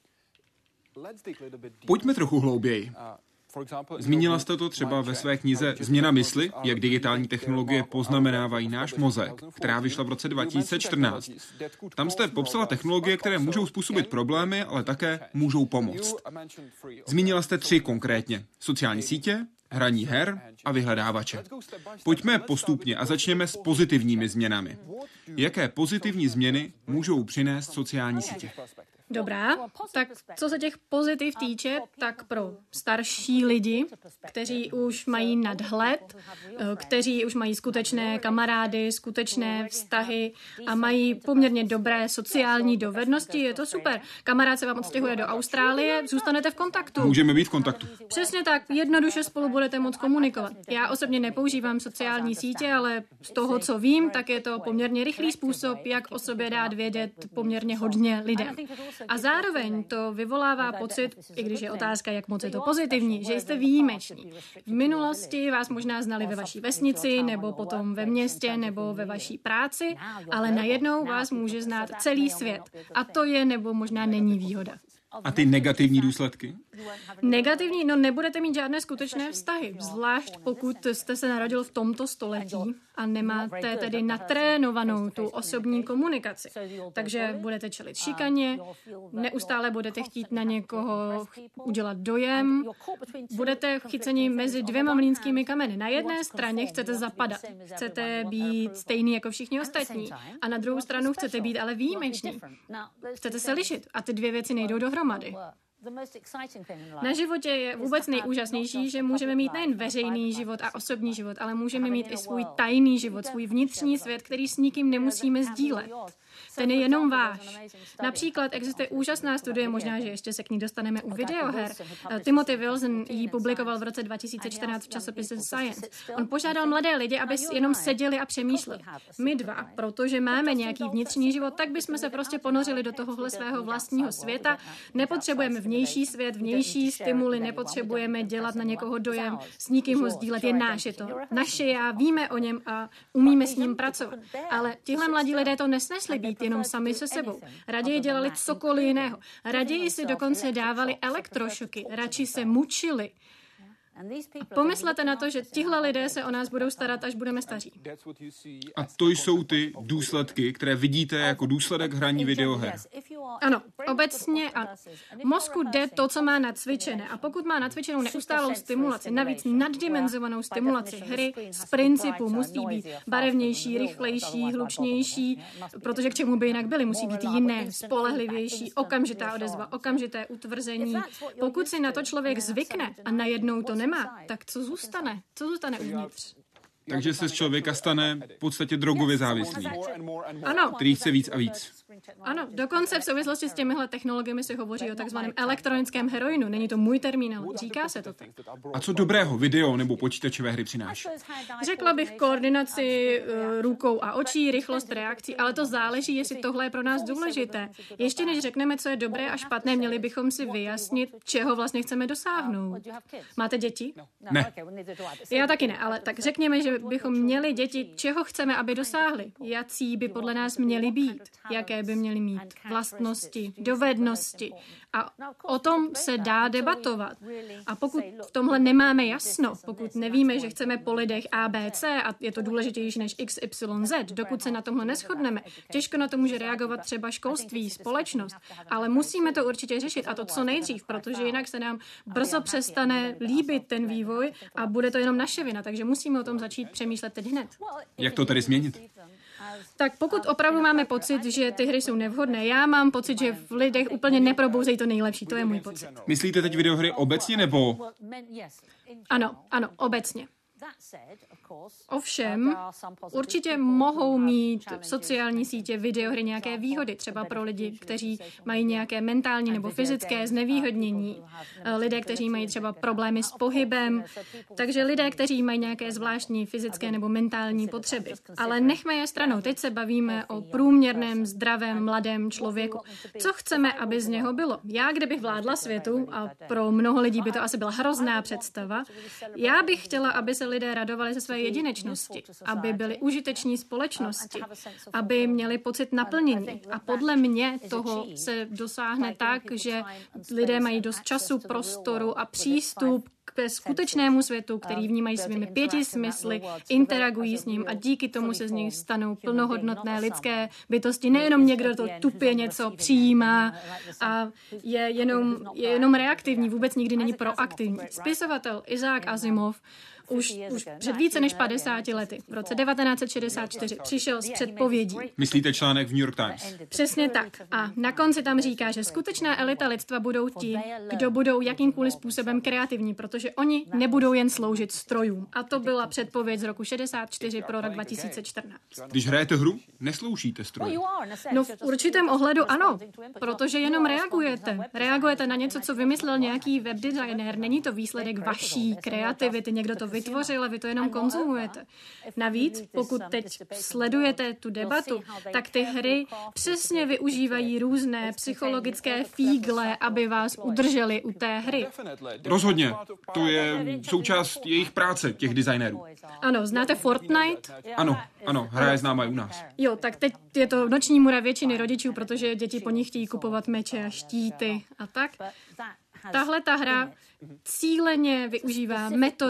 Pojďme trochu hlouběji. Zmínila jste to třeba ve své knize Změna mysli, jak digitální technologie poznamenávají náš mozek, která vyšla v roce 2014. Tam jste popsala technologie, které můžou způsobit problémy, ale také můžou pomoct. Zmínila jste 3 konkrétně. Sociální sítě, hraní her a vyhledávače. Pojďme postupně a začněme s pozitivními změnami. Jaké pozitivní změny můžou přinést sociální sítě? Dobrá, tak co se těch pozitiv týče, tak pro starší lidi, kteří už mají nadhled, kteří už mají skutečné kamarády, skutečné vztahy a mají poměrně dobré sociální dovednosti, je to super. Kamarád se vám odstěhuje do Austrálie, zůstanete v kontaktu. Můžeme být v kontaktu. Přesně tak, jednoduše spolu budete moct komunikovat. Já osobně nepoužívám sociální sítě, ale z toho, co vím, tak je to poměrně rychlý způsob, jak o sobě dát vědět poměrně hodně lidem. A zároveň to vyvolává pocit, i když je otázka, jak moc je to pozitivní, že jste výjimeční. V minulosti vás možná znali ve vaší vesnici, nebo potom ve městě, nebo ve vaší práci, ale najednou vás může znát celý svět. A to je nebo možná není výhoda. A ty negativní důsledky? Negativní, no nebudete mít žádné skutečné vztahy, zvlášť pokud jste se narodil v tomto století a nemáte tedy natrénovanou tu osobní komunikaci. Takže budete čelit šikaně, neustále budete chtít na někoho udělat dojem, budete chyceni mezi dvěma mlýnskými kameny. Na jedné straně chcete zapadat, chcete být stejný jako všichni ostatní a na druhou stranu chcete být ale výjimeční. Chcete se lišit a ty dvě věci nejdou dohromady. Na životě je vůbec nejúžasnější, že můžeme mít nejen veřejný život a osobní život, ale můžeme mít i svůj tajný život, svůj vnitřní svět, který s nikým nemusíme sdílet. Ten je jenom váš. Například existuje úžasná studie, možná, že ještě se k ní dostaneme u videoher. Timothy Wilson ji publikoval v roce 2014 v časopise Science. On požádal mladé lidi, aby jenom seděli a přemýšleli. My dva, protože máme nějaký vnitřní život, tak bychom se prostě ponořili do tohohle svého vlastního světa. Nepotřebujeme vnější svět, vnější stimuly, nepotřebujeme dělat na někoho dojem, s nikým ho sdílet, je náš, je to naše já, víme o něm a umíme s ním pracovat. Ale tihle mladí lidé to nesnesli být jenom sami se sebou. Raději dělali cokoliv jiného. Raději si dokonce dávali elektrošoky, radši se mučili. A pomyslete na to, že tihle lidé se o nás budou starat, až budeme staří. A to jsou ty důsledky, které vidíte jako důsledek hraní videoher. Ano, obecně ano. Mozku jde to, co má nacvičené. A pokud má nacvičenou neustálou stimulaci, navíc naddimenzovanou stimulaci hry, z principu musí být barevnější, rychlejší, hlučnější, protože k čemu by jinak byly, musí být jiné, spolehlivější, okamžitá odezva, okamžité utvrzení. Pokud si na to člověk zvykne a najednou to nemá, tak co zůstane? Co zůstane uvnitř? Takže se z člověka stane v podstatě drogově závislý. Ano. Který chce víc a víc. Ano, dokonce v souvislosti s těmihle technologiemi se hovoří o takzvaném elektronickém heroinu. Není to můj termín, ale říká se to tak. A co dobrého video nebo počítačové hry přináší? Řekla bych koordinaci rukou a očí, rychlost reakcí, ale to záleží, jestli tohle je pro nás důležité. Ještě než řekneme, co je dobré a špatné, měli bychom si vyjasnit, čeho vlastně chceme dosáhnout. Máte děti? Ne. Já taky ne, ale tak řekněme, že bychom měli děti, čeho chceme, aby dosáhli. Jací by podle nás měli být, jaké by měli mít vlastnosti, dovednosti. A o tom se dá debatovat. A pokud v tomhle nemáme jasno, pokud nevíme, že chceme po lidech ABC a je to důležitější než XYZ, dokud se na tomhle neshodneme, těžko na to může reagovat třeba školství, společnost, ale musíme to určitě řešit a to co nejdřív, protože jinak se nám brzo přestane líbit ten vývoj a bude to jenom naše vina, takže musíme o tom začít přemýšlet teď hned. Jak to tedy změnit? Tak pokud opravdu máme pocit, že ty hry jsou nevhodné, já mám pocit, že v lidech úplně neprobouzejí to nejlepší, to je můj pocit. Myslíte teď videohry obecně nebo? Ano, obecně. Ovšem, určitě mohou mít sociální sítě, videohry nějaké výhody, třeba pro lidi, kteří mají nějaké mentální nebo fyzické znevýhodnění, lidé, kteří mají třeba problémy s pohybem, takže lidé, kteří mají nějaké zvláštní fyzické nebo mentální potřeby. Ale nechme je stranou, teď se bavíme o průměrném, zdravém, mladém člověku. Co chceme, aby z něho bylo? Já, kdybych vládla světu, a pro mnoho lidí by to asi byla hrozná představa, já bych chtěla, aby se lidé radovali ze své jedinečnosti, aby byli užiteční společnosti, aby měli pocit naplnění. A podle mě toho se dosáhne tak, že lidé mají dost času, prostoru a přístup k skutečnému světu, který vnímají svými 5 smysly, interagují s ním a díky tomu se z nich stanou plnohodnotné lidské bytosti. Nejenom někdo to tupě něco přijímá a je jenom reaktivní, vůbec nikdy není proaktivní. Spisovatel Isaac Asimov už před více než 50 lety, v roce 1964, přišel s předpovědí. Myslíte článek v New York Times? Přesně tak. A na konci tam říká, že skutečná elita lidstva budou ti, kdo budou jakýmkoliv způsobem kreativní, protože oni nebudou jen sloužit strojům. A to byla předpověď z roku 64 pro rok 2014. Když hrajete hru, nesloužíte stroji. No v určitém ohledu ano, protože jenom reagujete. Reagujete na něco, co vymyslel nějaký webdesigner. Není to výsledek vaší kreativity, někdo to vytvořil a vy to jenom konzumujete. Navíc, pokud teď sledujete tu debatu, tak ty hry přesně využívají různé psychologické fígle, aby vás udrželi u té hry. Rozhodně. To je součást jejich práce, těch designérů. Ano, znáte Fortnite? Ano, hra je známá i u nás. Jo, tak teď je to noční můra většiny rodičů, protože děti po nich chtějí kupovat meče a štíty a tak. Tahle ta hra cíleně využívá metody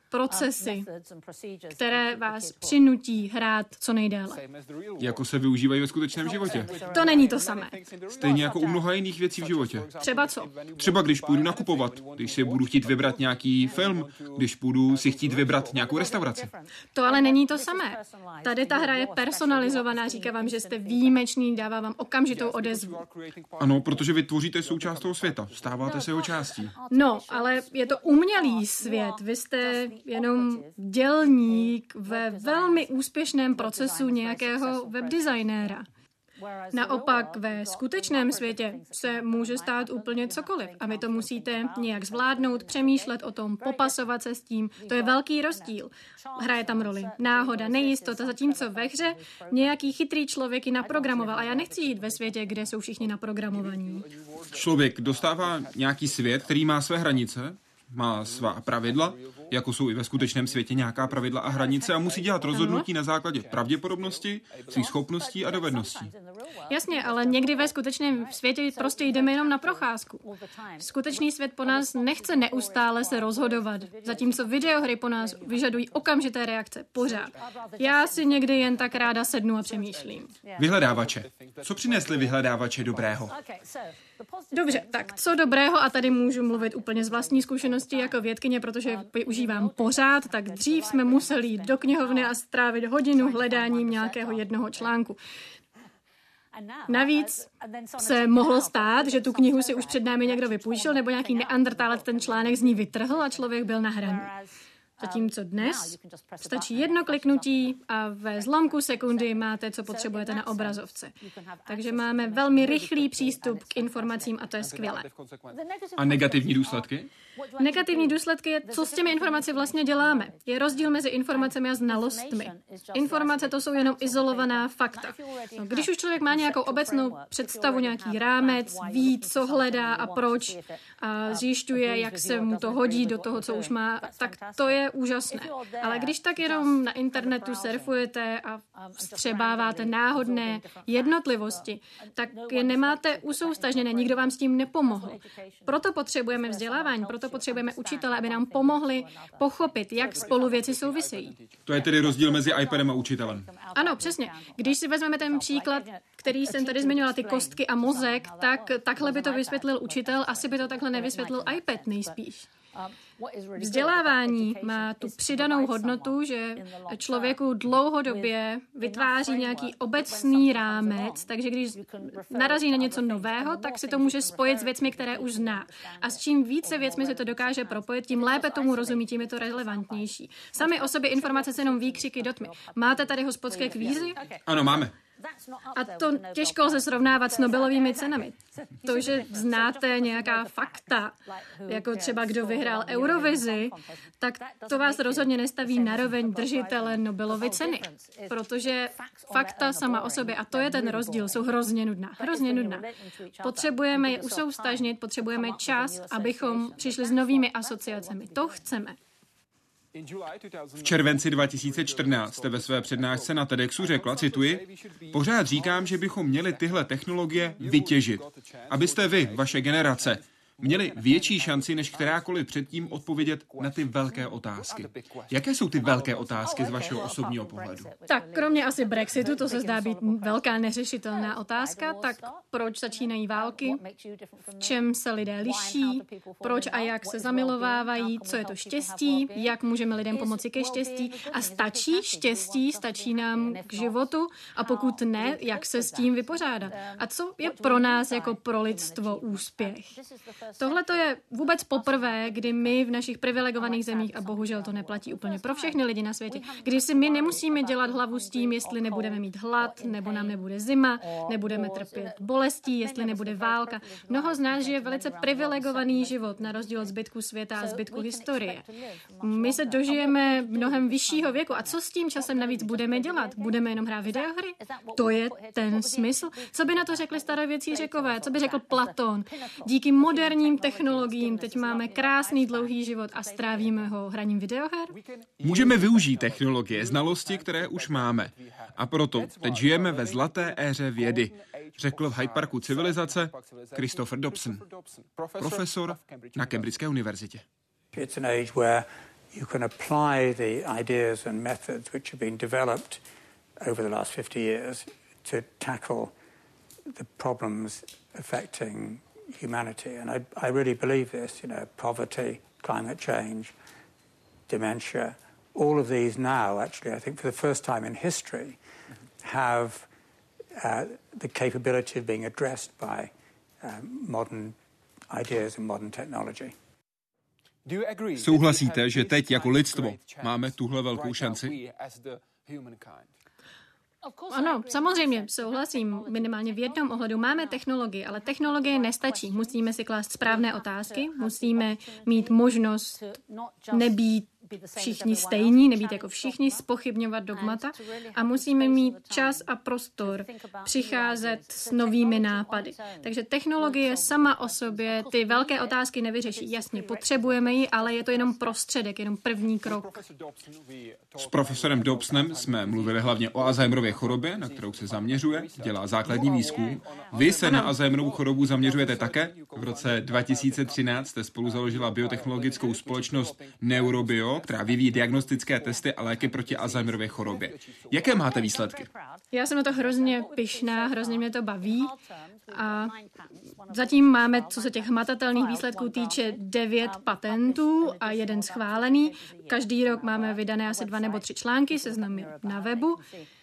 procesy, které vás přinutí hrát co nejdéle. Jako se využívají ve skutečném životě. To není to samé. Stejně jako u mnoha jiných věcí v životě. Třeba co? Třeba když půjdu nakupovat, když si budu chtít vybrat nějaký film, když budu si chtít vybrat nějakou restauraci. To ale není to samé. Tady ta hra je personalizovaná, říká vám, že jste výjimečný, dává vám okamžitou odezvu. Ano, protože vy tvoříte součást toho světa, stáváte se jeho částí. No, ale je to umělý svět. Vy jste jenom dělník ve velmi úspěšném procesu nějakého webdesignéra. Naopak ve skutečném světě se může stát úplně cokoliv a vy to musíte nějak zvládnout, přemýšlet o tom, popasovat se s tím. To je velký rozdíl. Hraje tam roli náhoda, nejistota, zatímco ve hře nějaký chytrý člověk ji naprogramoval a já nechci jít ve světě, kde jsou všichni naprogramovaní. Člověk dostává nějaký svět, který má své hranice, má svá pravidla, jako jsou i ve skutečném světě nějaká pravidla a hranice a musí dělat rozhodnutí na základě pravděpodobnosti, svých schopností a dovedností. Jasně, ale někdy ve skutečném světě prostě jdeme jenom na procházku. Skutečný svět po nás nechce neustále se rozhodovat, zatímco videohry po nás vyžadují okamžité reakce, pořád. Já si někdy jen tak ráda sednu a přemýšlím. Vyhledávače. Co přinesly vyhledávače dobrého? Dobře, tak co dobrého, a tady můžu mluvit úplně z vlastní zkušenosti jako vědkyně, protože využívám pořád, tak dřív jsme museli jít do knihovny a strávit hodinu hledáním nějakého jednoho článku. Navíc se mohlo stát, že tu knihu si už před námi někdo vypůjčil, nebo nějaký neandertálec ten článek z ní vytrhl a člověk byl na hraní. Zatímco dnes stačí jedno kliknutí a ve zlomku sekundy máte, co potřebujete na obrazovce. Takže máme velmi rychlý přístup k informacím a to je skvělé. A negativní důsledky? Negativní důsledky je, co s těmi informacemi vlastně děláme. Je rozdíl mezi informacemi a znalostmi. Informace to jsou jenom izolovaná fakta. No, když už člověk má nějakou obecnou představu, nějaký rámec, ví, co hledá a proč, a zjišťuje, jak se mu to hodí do toho, co už má, tak to je úžasné. Ale když tak jenom na internetu surfujete a vstřebáváte náhodné jednotlivosti, tak je nemáte usoustažněné, nikdo vám s tím nepomohl. Proto potřebujeme vzdělávání, proto potřebujeme učitele, aby nám pomohli pochopit, jak spolu věci souvisejí. To je tedy rozdíl mezi iPadem a učitelem. Ano, přesně. Když si vezmeme ten příklad, který jsem tady zmiňovala, ty kostky a mozek, tak takhle by to vysvětlil učitel, asi by to takhle nevysvětlil iPad nejspíš. Vzdělávání má tu přidanou hodnotu, že člověku dlouhodobě vytváří nějaký obecný rámec, takže když narazí na něco nového, tak si to může spojit s věcmi, které už zná. A s čím více věcmi se to dokáže propojit, tím lépe tomu rozumí, tím je to relevantnější. Sami o sobě informace se jenom výkřiky do tmy. Máte tady hospodské kvízy? Ano, máme. A to těžko lze srovnávat s Nobelovými cenami. To, že znáte nějaká fakta, jako třeba kdo vyhrál Eurovizi, tak to vás rozhodně nestaví naroveň držitele Nobelovy ceny. Protože fakta sama o sobě, a to je ten rozdíl, jsou hrozně nudná. Hrozně nudná. Potřebujeme je usoustažnit, potřebujeme čas, abychom přišli s novými asociacemi. To chceme. V červenci 2014 jste ve své přednášce na TEDxu řekla, cituji, pořád říkám, že bychom měli tyhle technologie vytěžit, abyste vy, vaše generace, měli větší šanci než kterákoliv předtím odpovědět na ty velké otázky. Jaké jsou ty velké otázky z vašeho osobního pohledu? Tak kromě asi Brexitu, to se zdá být velká neřešitelná otázka, tak proč začínají války, v čem se lidé liší, proč a jak se zamilovávají, co je to štěstí, jak můžeme lidem pomoci ke štěstí a stačí štěstí, stačí nám k životu a pokud ne, jak se s tím vypořádat. A co je pro nás jako pro lidstvo úspěch? Tohle to je vůbec poprvé, kdy my v našich privilegovaných zemích, a bohužel to neplatí úplně pro všechny lidi na světě, kdy si my nemusíme dělat hlavu s tím, jestli nebudeme mít hlad, nebo nám nebude zima, nebudeme trpět bolestí, jestli nebude válka. Mnoho z nás žije velice privilegovaný život, na rozdíl od zbytku světa a zbytku historie. My se dožijeme mnohem vyššího věku. A co s tím časem navíc budeme dělat? Budeme jenom hrát videohry? To je ten smysl? Co by na to řekli starověcí Řekové? Co by řekl Platón? Díky moderním technologiím teď máme krásný dlouhý život a strávíme ho hraním videoher? Můžeme využít technologie, znalosti, které už máme. A proto teď žijeme ve zlaté éře vědy, řekl v Hyde Parku civilizace Christopher Dobson, profesor na Cambridgeské univerzitě. It's an age where you can apply the ideas and methods which have been developed over the last 50 years to tackle the problems affecting humanity. And I really believe this, poverty, climate change, dementia, all of these now, actually, I think for the first time in history, have the capability of being addressed by modern ideas and modern technology. Souhlasíte, že teď jako lidstvo máme tuhle velkou šanci? Ano, samozřejmě, souhlasím. Minimálně v jednom ohledu máme technologie, ale technologie nestačí. Musíme si klást správné otázky, musíme mít možnost nebýt všichni stejní, nebýt jako všichni, zpochybňovat dogmata a musíme mít čas a prostor přicházet s novými nápady. Takže technologie sama o sobě ty velké otázky nevyřeší. Jasně, potřebujeme ji, ale je to jenom prostředek, jenom první krok. S profesorem Dobsonem jsme mluvili hlavně o Alzheimerově chorobě, na kterou se zaměřuje, dělá základní výzkum. Vy se na Alzheimerovu chorobu zaměřujete také. V roce 2013 jste spolu založila biotechnologickou společnost Neurobio, která vyvíjí diagnostické testy a léky proti Alzheimerově chorobě. Jaké máte výsledky? Já jsem na to hrozně pyšná, hrozně mě to baví a zatím máme, co se těch hmatatelných výsledků týče, 9 patentů a 1 schválený. Každý rok máme vydané asi 2 nebo 3 články, seznamy na webu.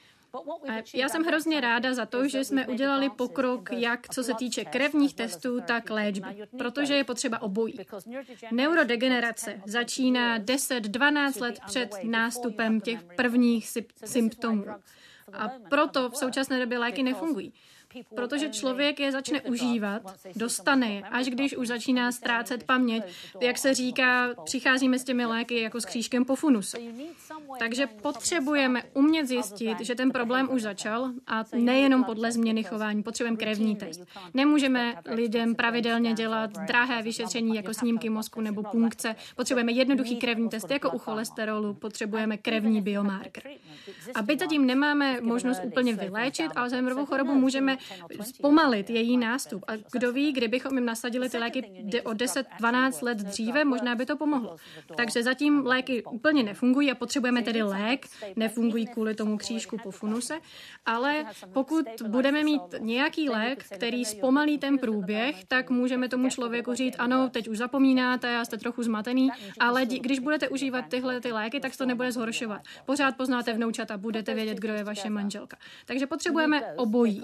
A já jsem hrozně ráda za to, že jsme udělali pokrok jak co se týče krevních testů, tak léčby, protože je potřeba obojí. Neurodegenerace začíná 10-12 let před nástupem těch prvních symptomů. A proto v současné době léky nefungují. Protože člověk je začne užívat, dostane je, až když už začíná ztrácet paměť. Jak se říká, přicházíme s těmi léky jako s křížkem po funuse. Takže potřebujeme umět zjistit, že ten problém už začal a nejenom podle změny chování, potřebujeme krevní test. Nemůžeme lidem pravidelně dělat drahé vyšetření jako snímky mozku nebo punkce. Potřebujeme jednoduchý krevní test jako u cholesterolu, potřebujeme krevní biomarker. A byť zatím nemáme možnost úplně vyléčit Alzheimerovu chorobu, můžeme zpomalit její nástup. A kdo ví, kdybychom jim nasadili ty léky o 10-12 let dříve, možná by to pomohlo. Takže zatím léky úplně nefungují a potřebujeme tedy lék, nefungují kvůli tomu křížku po funuse, ale pokud budeme mít nějaký lék, který zpomalí ten průběh, tak můžeme tomu člověku říct, ano, teď už zapomínáte a jste trochu zmatený, ale když budete užívat tyhle ty léky, tak to nebude zhoršovat. Pořád poznáte vnoučata, budete vědět, kdo je vaše manželka. Takže potřebujeme obojí.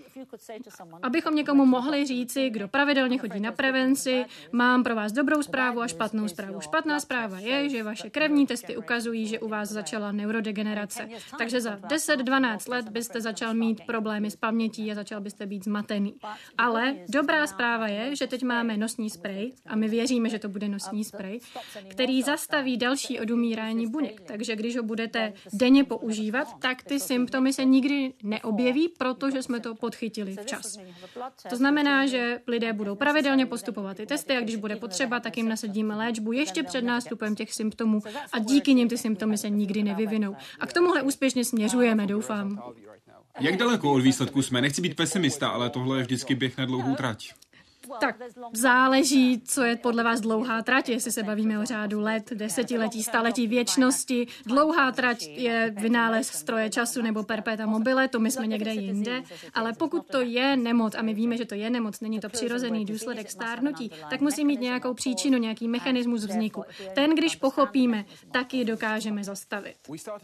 Abychom někomu mohli říci, kdo pravidelně chodí na prevenci, mám pro vás dobrou zprávu a špatnou zprávu. Špatná zpráva je, že vaše krevní testy ukazují, že u vás začala neurodegenerace. Takže za 10-12 let byste začal mít problémy s pamětí a začal byste být zmatený. Ale dobrá zpráva je, že teď máme nosní sprej a my věříme, že to bude nosní sprej, který zastaví další odumírání buněk. Takže když ho budete denně používat, tak ty symptomy se nikdy neobjeví, protože jsme to podchytili včas. To znamená, že lidé budou pravidelně postupovat ty testy a když bude potřeba, tak jim nasadíme léčbu ještě před nástupem těch symptomů a díky nim ty symptomy se nikdy nevyvinou. A k tomuhle úspěšně směřujeme, doufám. Jak daleko od výsledku jsme? Nechci být pesimista, ale tohle je vždycky běh na dlouhou trať. Tak záleží, co je podle vás dlouhá trať, jestli se bavíme o řádu let, desetiletí, staletí, věčnosti. Dlouhá trať je vynález stroje času nebo perpetua mobile, to my jsme někde jinde, ale pokud to je nemoc a my víme, že to je nemoc, není to přirozený důsledek stárnutí, tak musí mít nějakou příčinu, nějaký mechanismus vzniku. Ten, když pochopíme, tak ji dokážeme zastavit.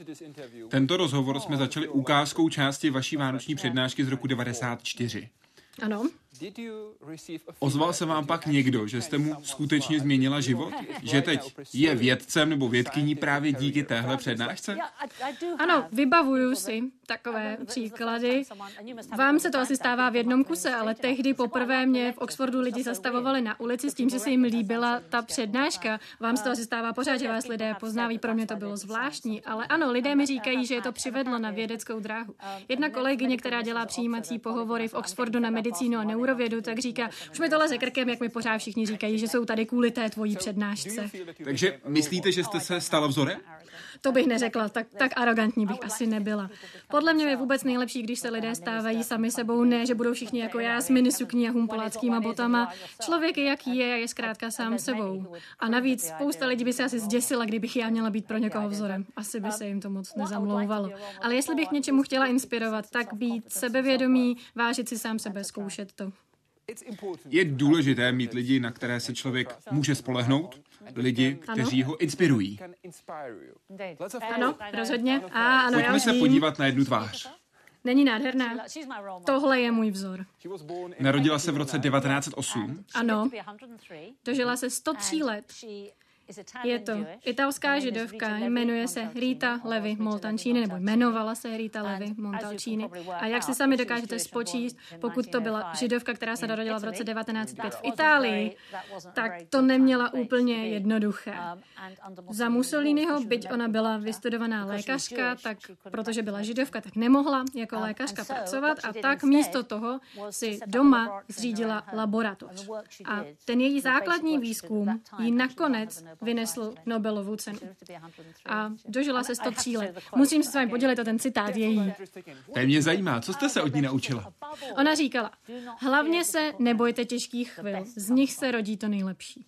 Tento rozhovor jsme začali ukázkou části vaší vánoční přednášky z roku 1994. Ano. Ozval se vám pak někdo, že jste mu skutečně změnila život? Že teď je vědcem nebo vědkyní právě díky téhle přednášce? Ano, vybavuju si takové příklady. Vám se to asi stává v jednom kuse, ale tehdy poprvé mě v Oxfordu lidi zastavovali na ulici s tím, že se jim líbila ta přednáška. Vám se to asi stává pořád, že vás lidé poznávají, pro mě to bylo zvláštní, ale ano, lidé mi říkají, že je to přivedlo na vědeckou dráhu. Jedna kolegyně, která dělá přijímací pohovory v Oxfordu na medicínu a neurovědu, tak říká, už mi to leze krkem, jak mi pořád všichni říkají, že jsou tady kvůli té tvojí přednášce. Takže myslíte, že jste se stala vzorem? To bych neřekla, tak arrogantní bych asi nebyla. Podle mě je vůbec nejlepší, když se lidé stávají sami sebou, ne, že budou všichni jako já s minisukní a humpoláckýma botama. Člověk je, jaký je zkrátka sám sebou. A navíc spousta lidí by se asi zděsila, kdybych já měla být pro někoho vzorem. Asi by se jim to moc nezamlouvalo. Ale jestli bych něčemu chtěla inspirovat, tak být sebevědomý, vážit si sám sebe, zkoušet to. Je důležité mít lidi, na které se člověk může spolehnout, lidi, kteří ho inspirují. Ano, rozhodně. Ano, Pojďme se podívat na jednu tvář. Není nádherná? Tohle je můj vzor. Narodila se v roce 1908. Ano. Dožila se 103 let. Je to italská židovka, jmenuje se Rita Levi Montalcini, nebo jmenovala se Rita Levi Montalcini. A jak si sami dokážete spočíst, pokud to byla židovka, která se narodila v roce 1905 v Itálii, tak to neměla úplně jednoduché. Za Mussoliniho, byť ona byla vystudovaná lékařka, tak protože byla židovka, tak nemohla jako lékařka pracovat a tak místo toho si doma zřídila laboratoř. A ten její základní výzkum jí nakonec vynesl Nobelovu cenu. A dožila se 103 let. Musím se s vámi podělit o ten citát její. To mě zajímá, co jste se od ní naučila? Ona říkala, hlavně se nebojte těžkých chvil, z nich se rodí to nejlepší.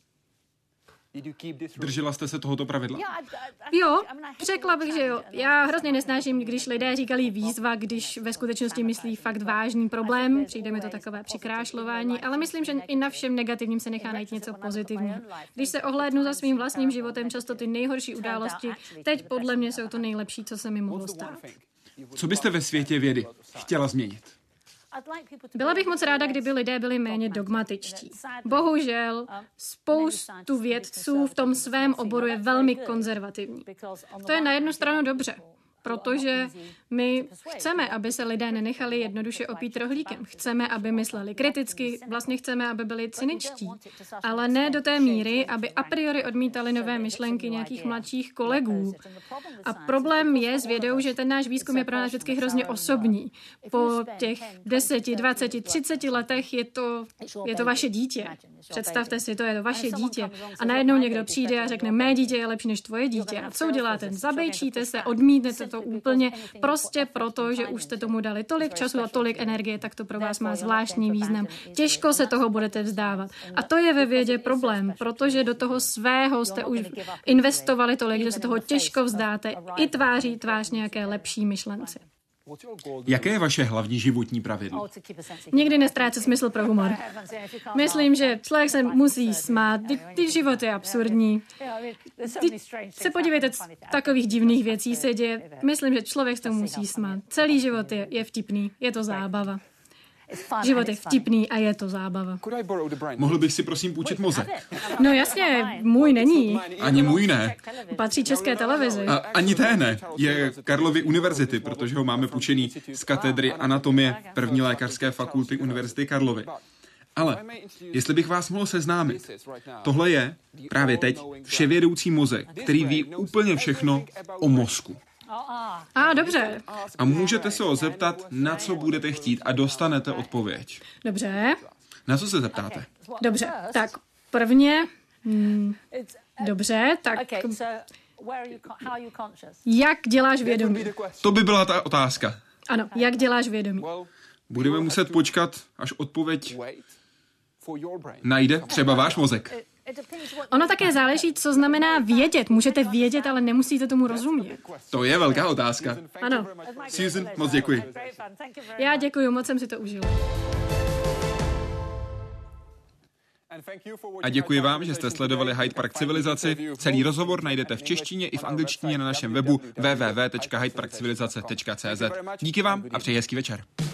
Držela jste se tohoto pravidla? Jo, řekla bych, že jo. Já hrozně nesnáším, když lidé říkali výzva, když ve skutečnosti myslí fakt vážný problém. Přijde mi to takové přikrášlování, ale myslím, že i na všem negativním se nechá najít něco pozitivního. Když se ohlédnu za svým vlastním životem, často ty nejhorší události, teď podle mě jsou to nejlepší, co se mi mohlo stát. Co byste ve světě vědy chtěla změnit? Byla bych moc ráda, kdyby lidé byli méně dogmatičtí. Bohužel spoustu vědců v tom svém oboru je velmi konzervativní. To je na jednu stranu dobře, protože my chceme, aby se lidé nenechali jednoduše opít rohlíkem. Chceme, aby mysleli kriticky, vlastně chceme, aby byli cyničtí, ale ne do té míry, aby a priori odmítali nové myšlenky nějakých mladších kolegů. A problém je s vědou, že ten náš výzkum je pro nás vždycky hrozně osobní. Po těch 10, 20, 30 letech je to vaše dítě. Představte si, to je to vaše dítě. A najednou někdo přijde a řekne, mé dítě je lepší než tvoje dítě. A co uděláte? Zabejčíte se, odmítnete to úplně prostě proto, že už jste tomu dali tolik času a tolik energie, tak to pro vás má zvláštní význam. Těžko se toho budete vzdávat. A to je ve vědě problém, protože do toho svého jste už investovali tolik, že se toho těžko vzdáte i tvář nějaké lepší myšlenci. Jaké je vaše hlavní životní pravidlo? Nikdy nestrácet smysl pro humor. Myslím, že člověk se musí smát. Ty život je absurdní. Se podívejte, takových divných věcí se děje. Myslím, že člověk se tomu musí smát. Celý život je vtipný. Je to zábava. Život je vtipný a je to zábava. Mohl bych si prosím půjčit mozek? No jasně, můj není. Ani můj ne. Patří České televizi. A ani té ne. Je Karlovy univerzity, protože ho máme půjčený z katedry anatomie první lékařské fakulty Univerzity Karlovy. Ale jestli bych vás mohl seznámit, tohle je právě teď vševědoucí mozek, který ví úplně všechno o mozku. Dobře. A můžete se ho zeptat, na co budete chtít a dostanete odpověď. Dobře. Na co se zeptáte? Dobře, tak prvně... Dobře, tak... Jak děláš vědomí? To by byla ta otázka. Ano, jak děláš vědomí? Budeme muset počkat, až odpověď najde třeba váš mozek. Ono také záleží, co znamená vědět. Můžete vědět, ale nemusíte tomu rozumět. To je velká otázka. Ano. Susan, moc děkuji. Já děkuji, moc jsem si to užil. A děkuji vám, že jste sledovali Hyde Park Civilizaci. Celý rozhovor najdete v češtině i v angličtině na našem webu www.hydeparkcivilizace.cz. Díky vám a přeji hezký večer.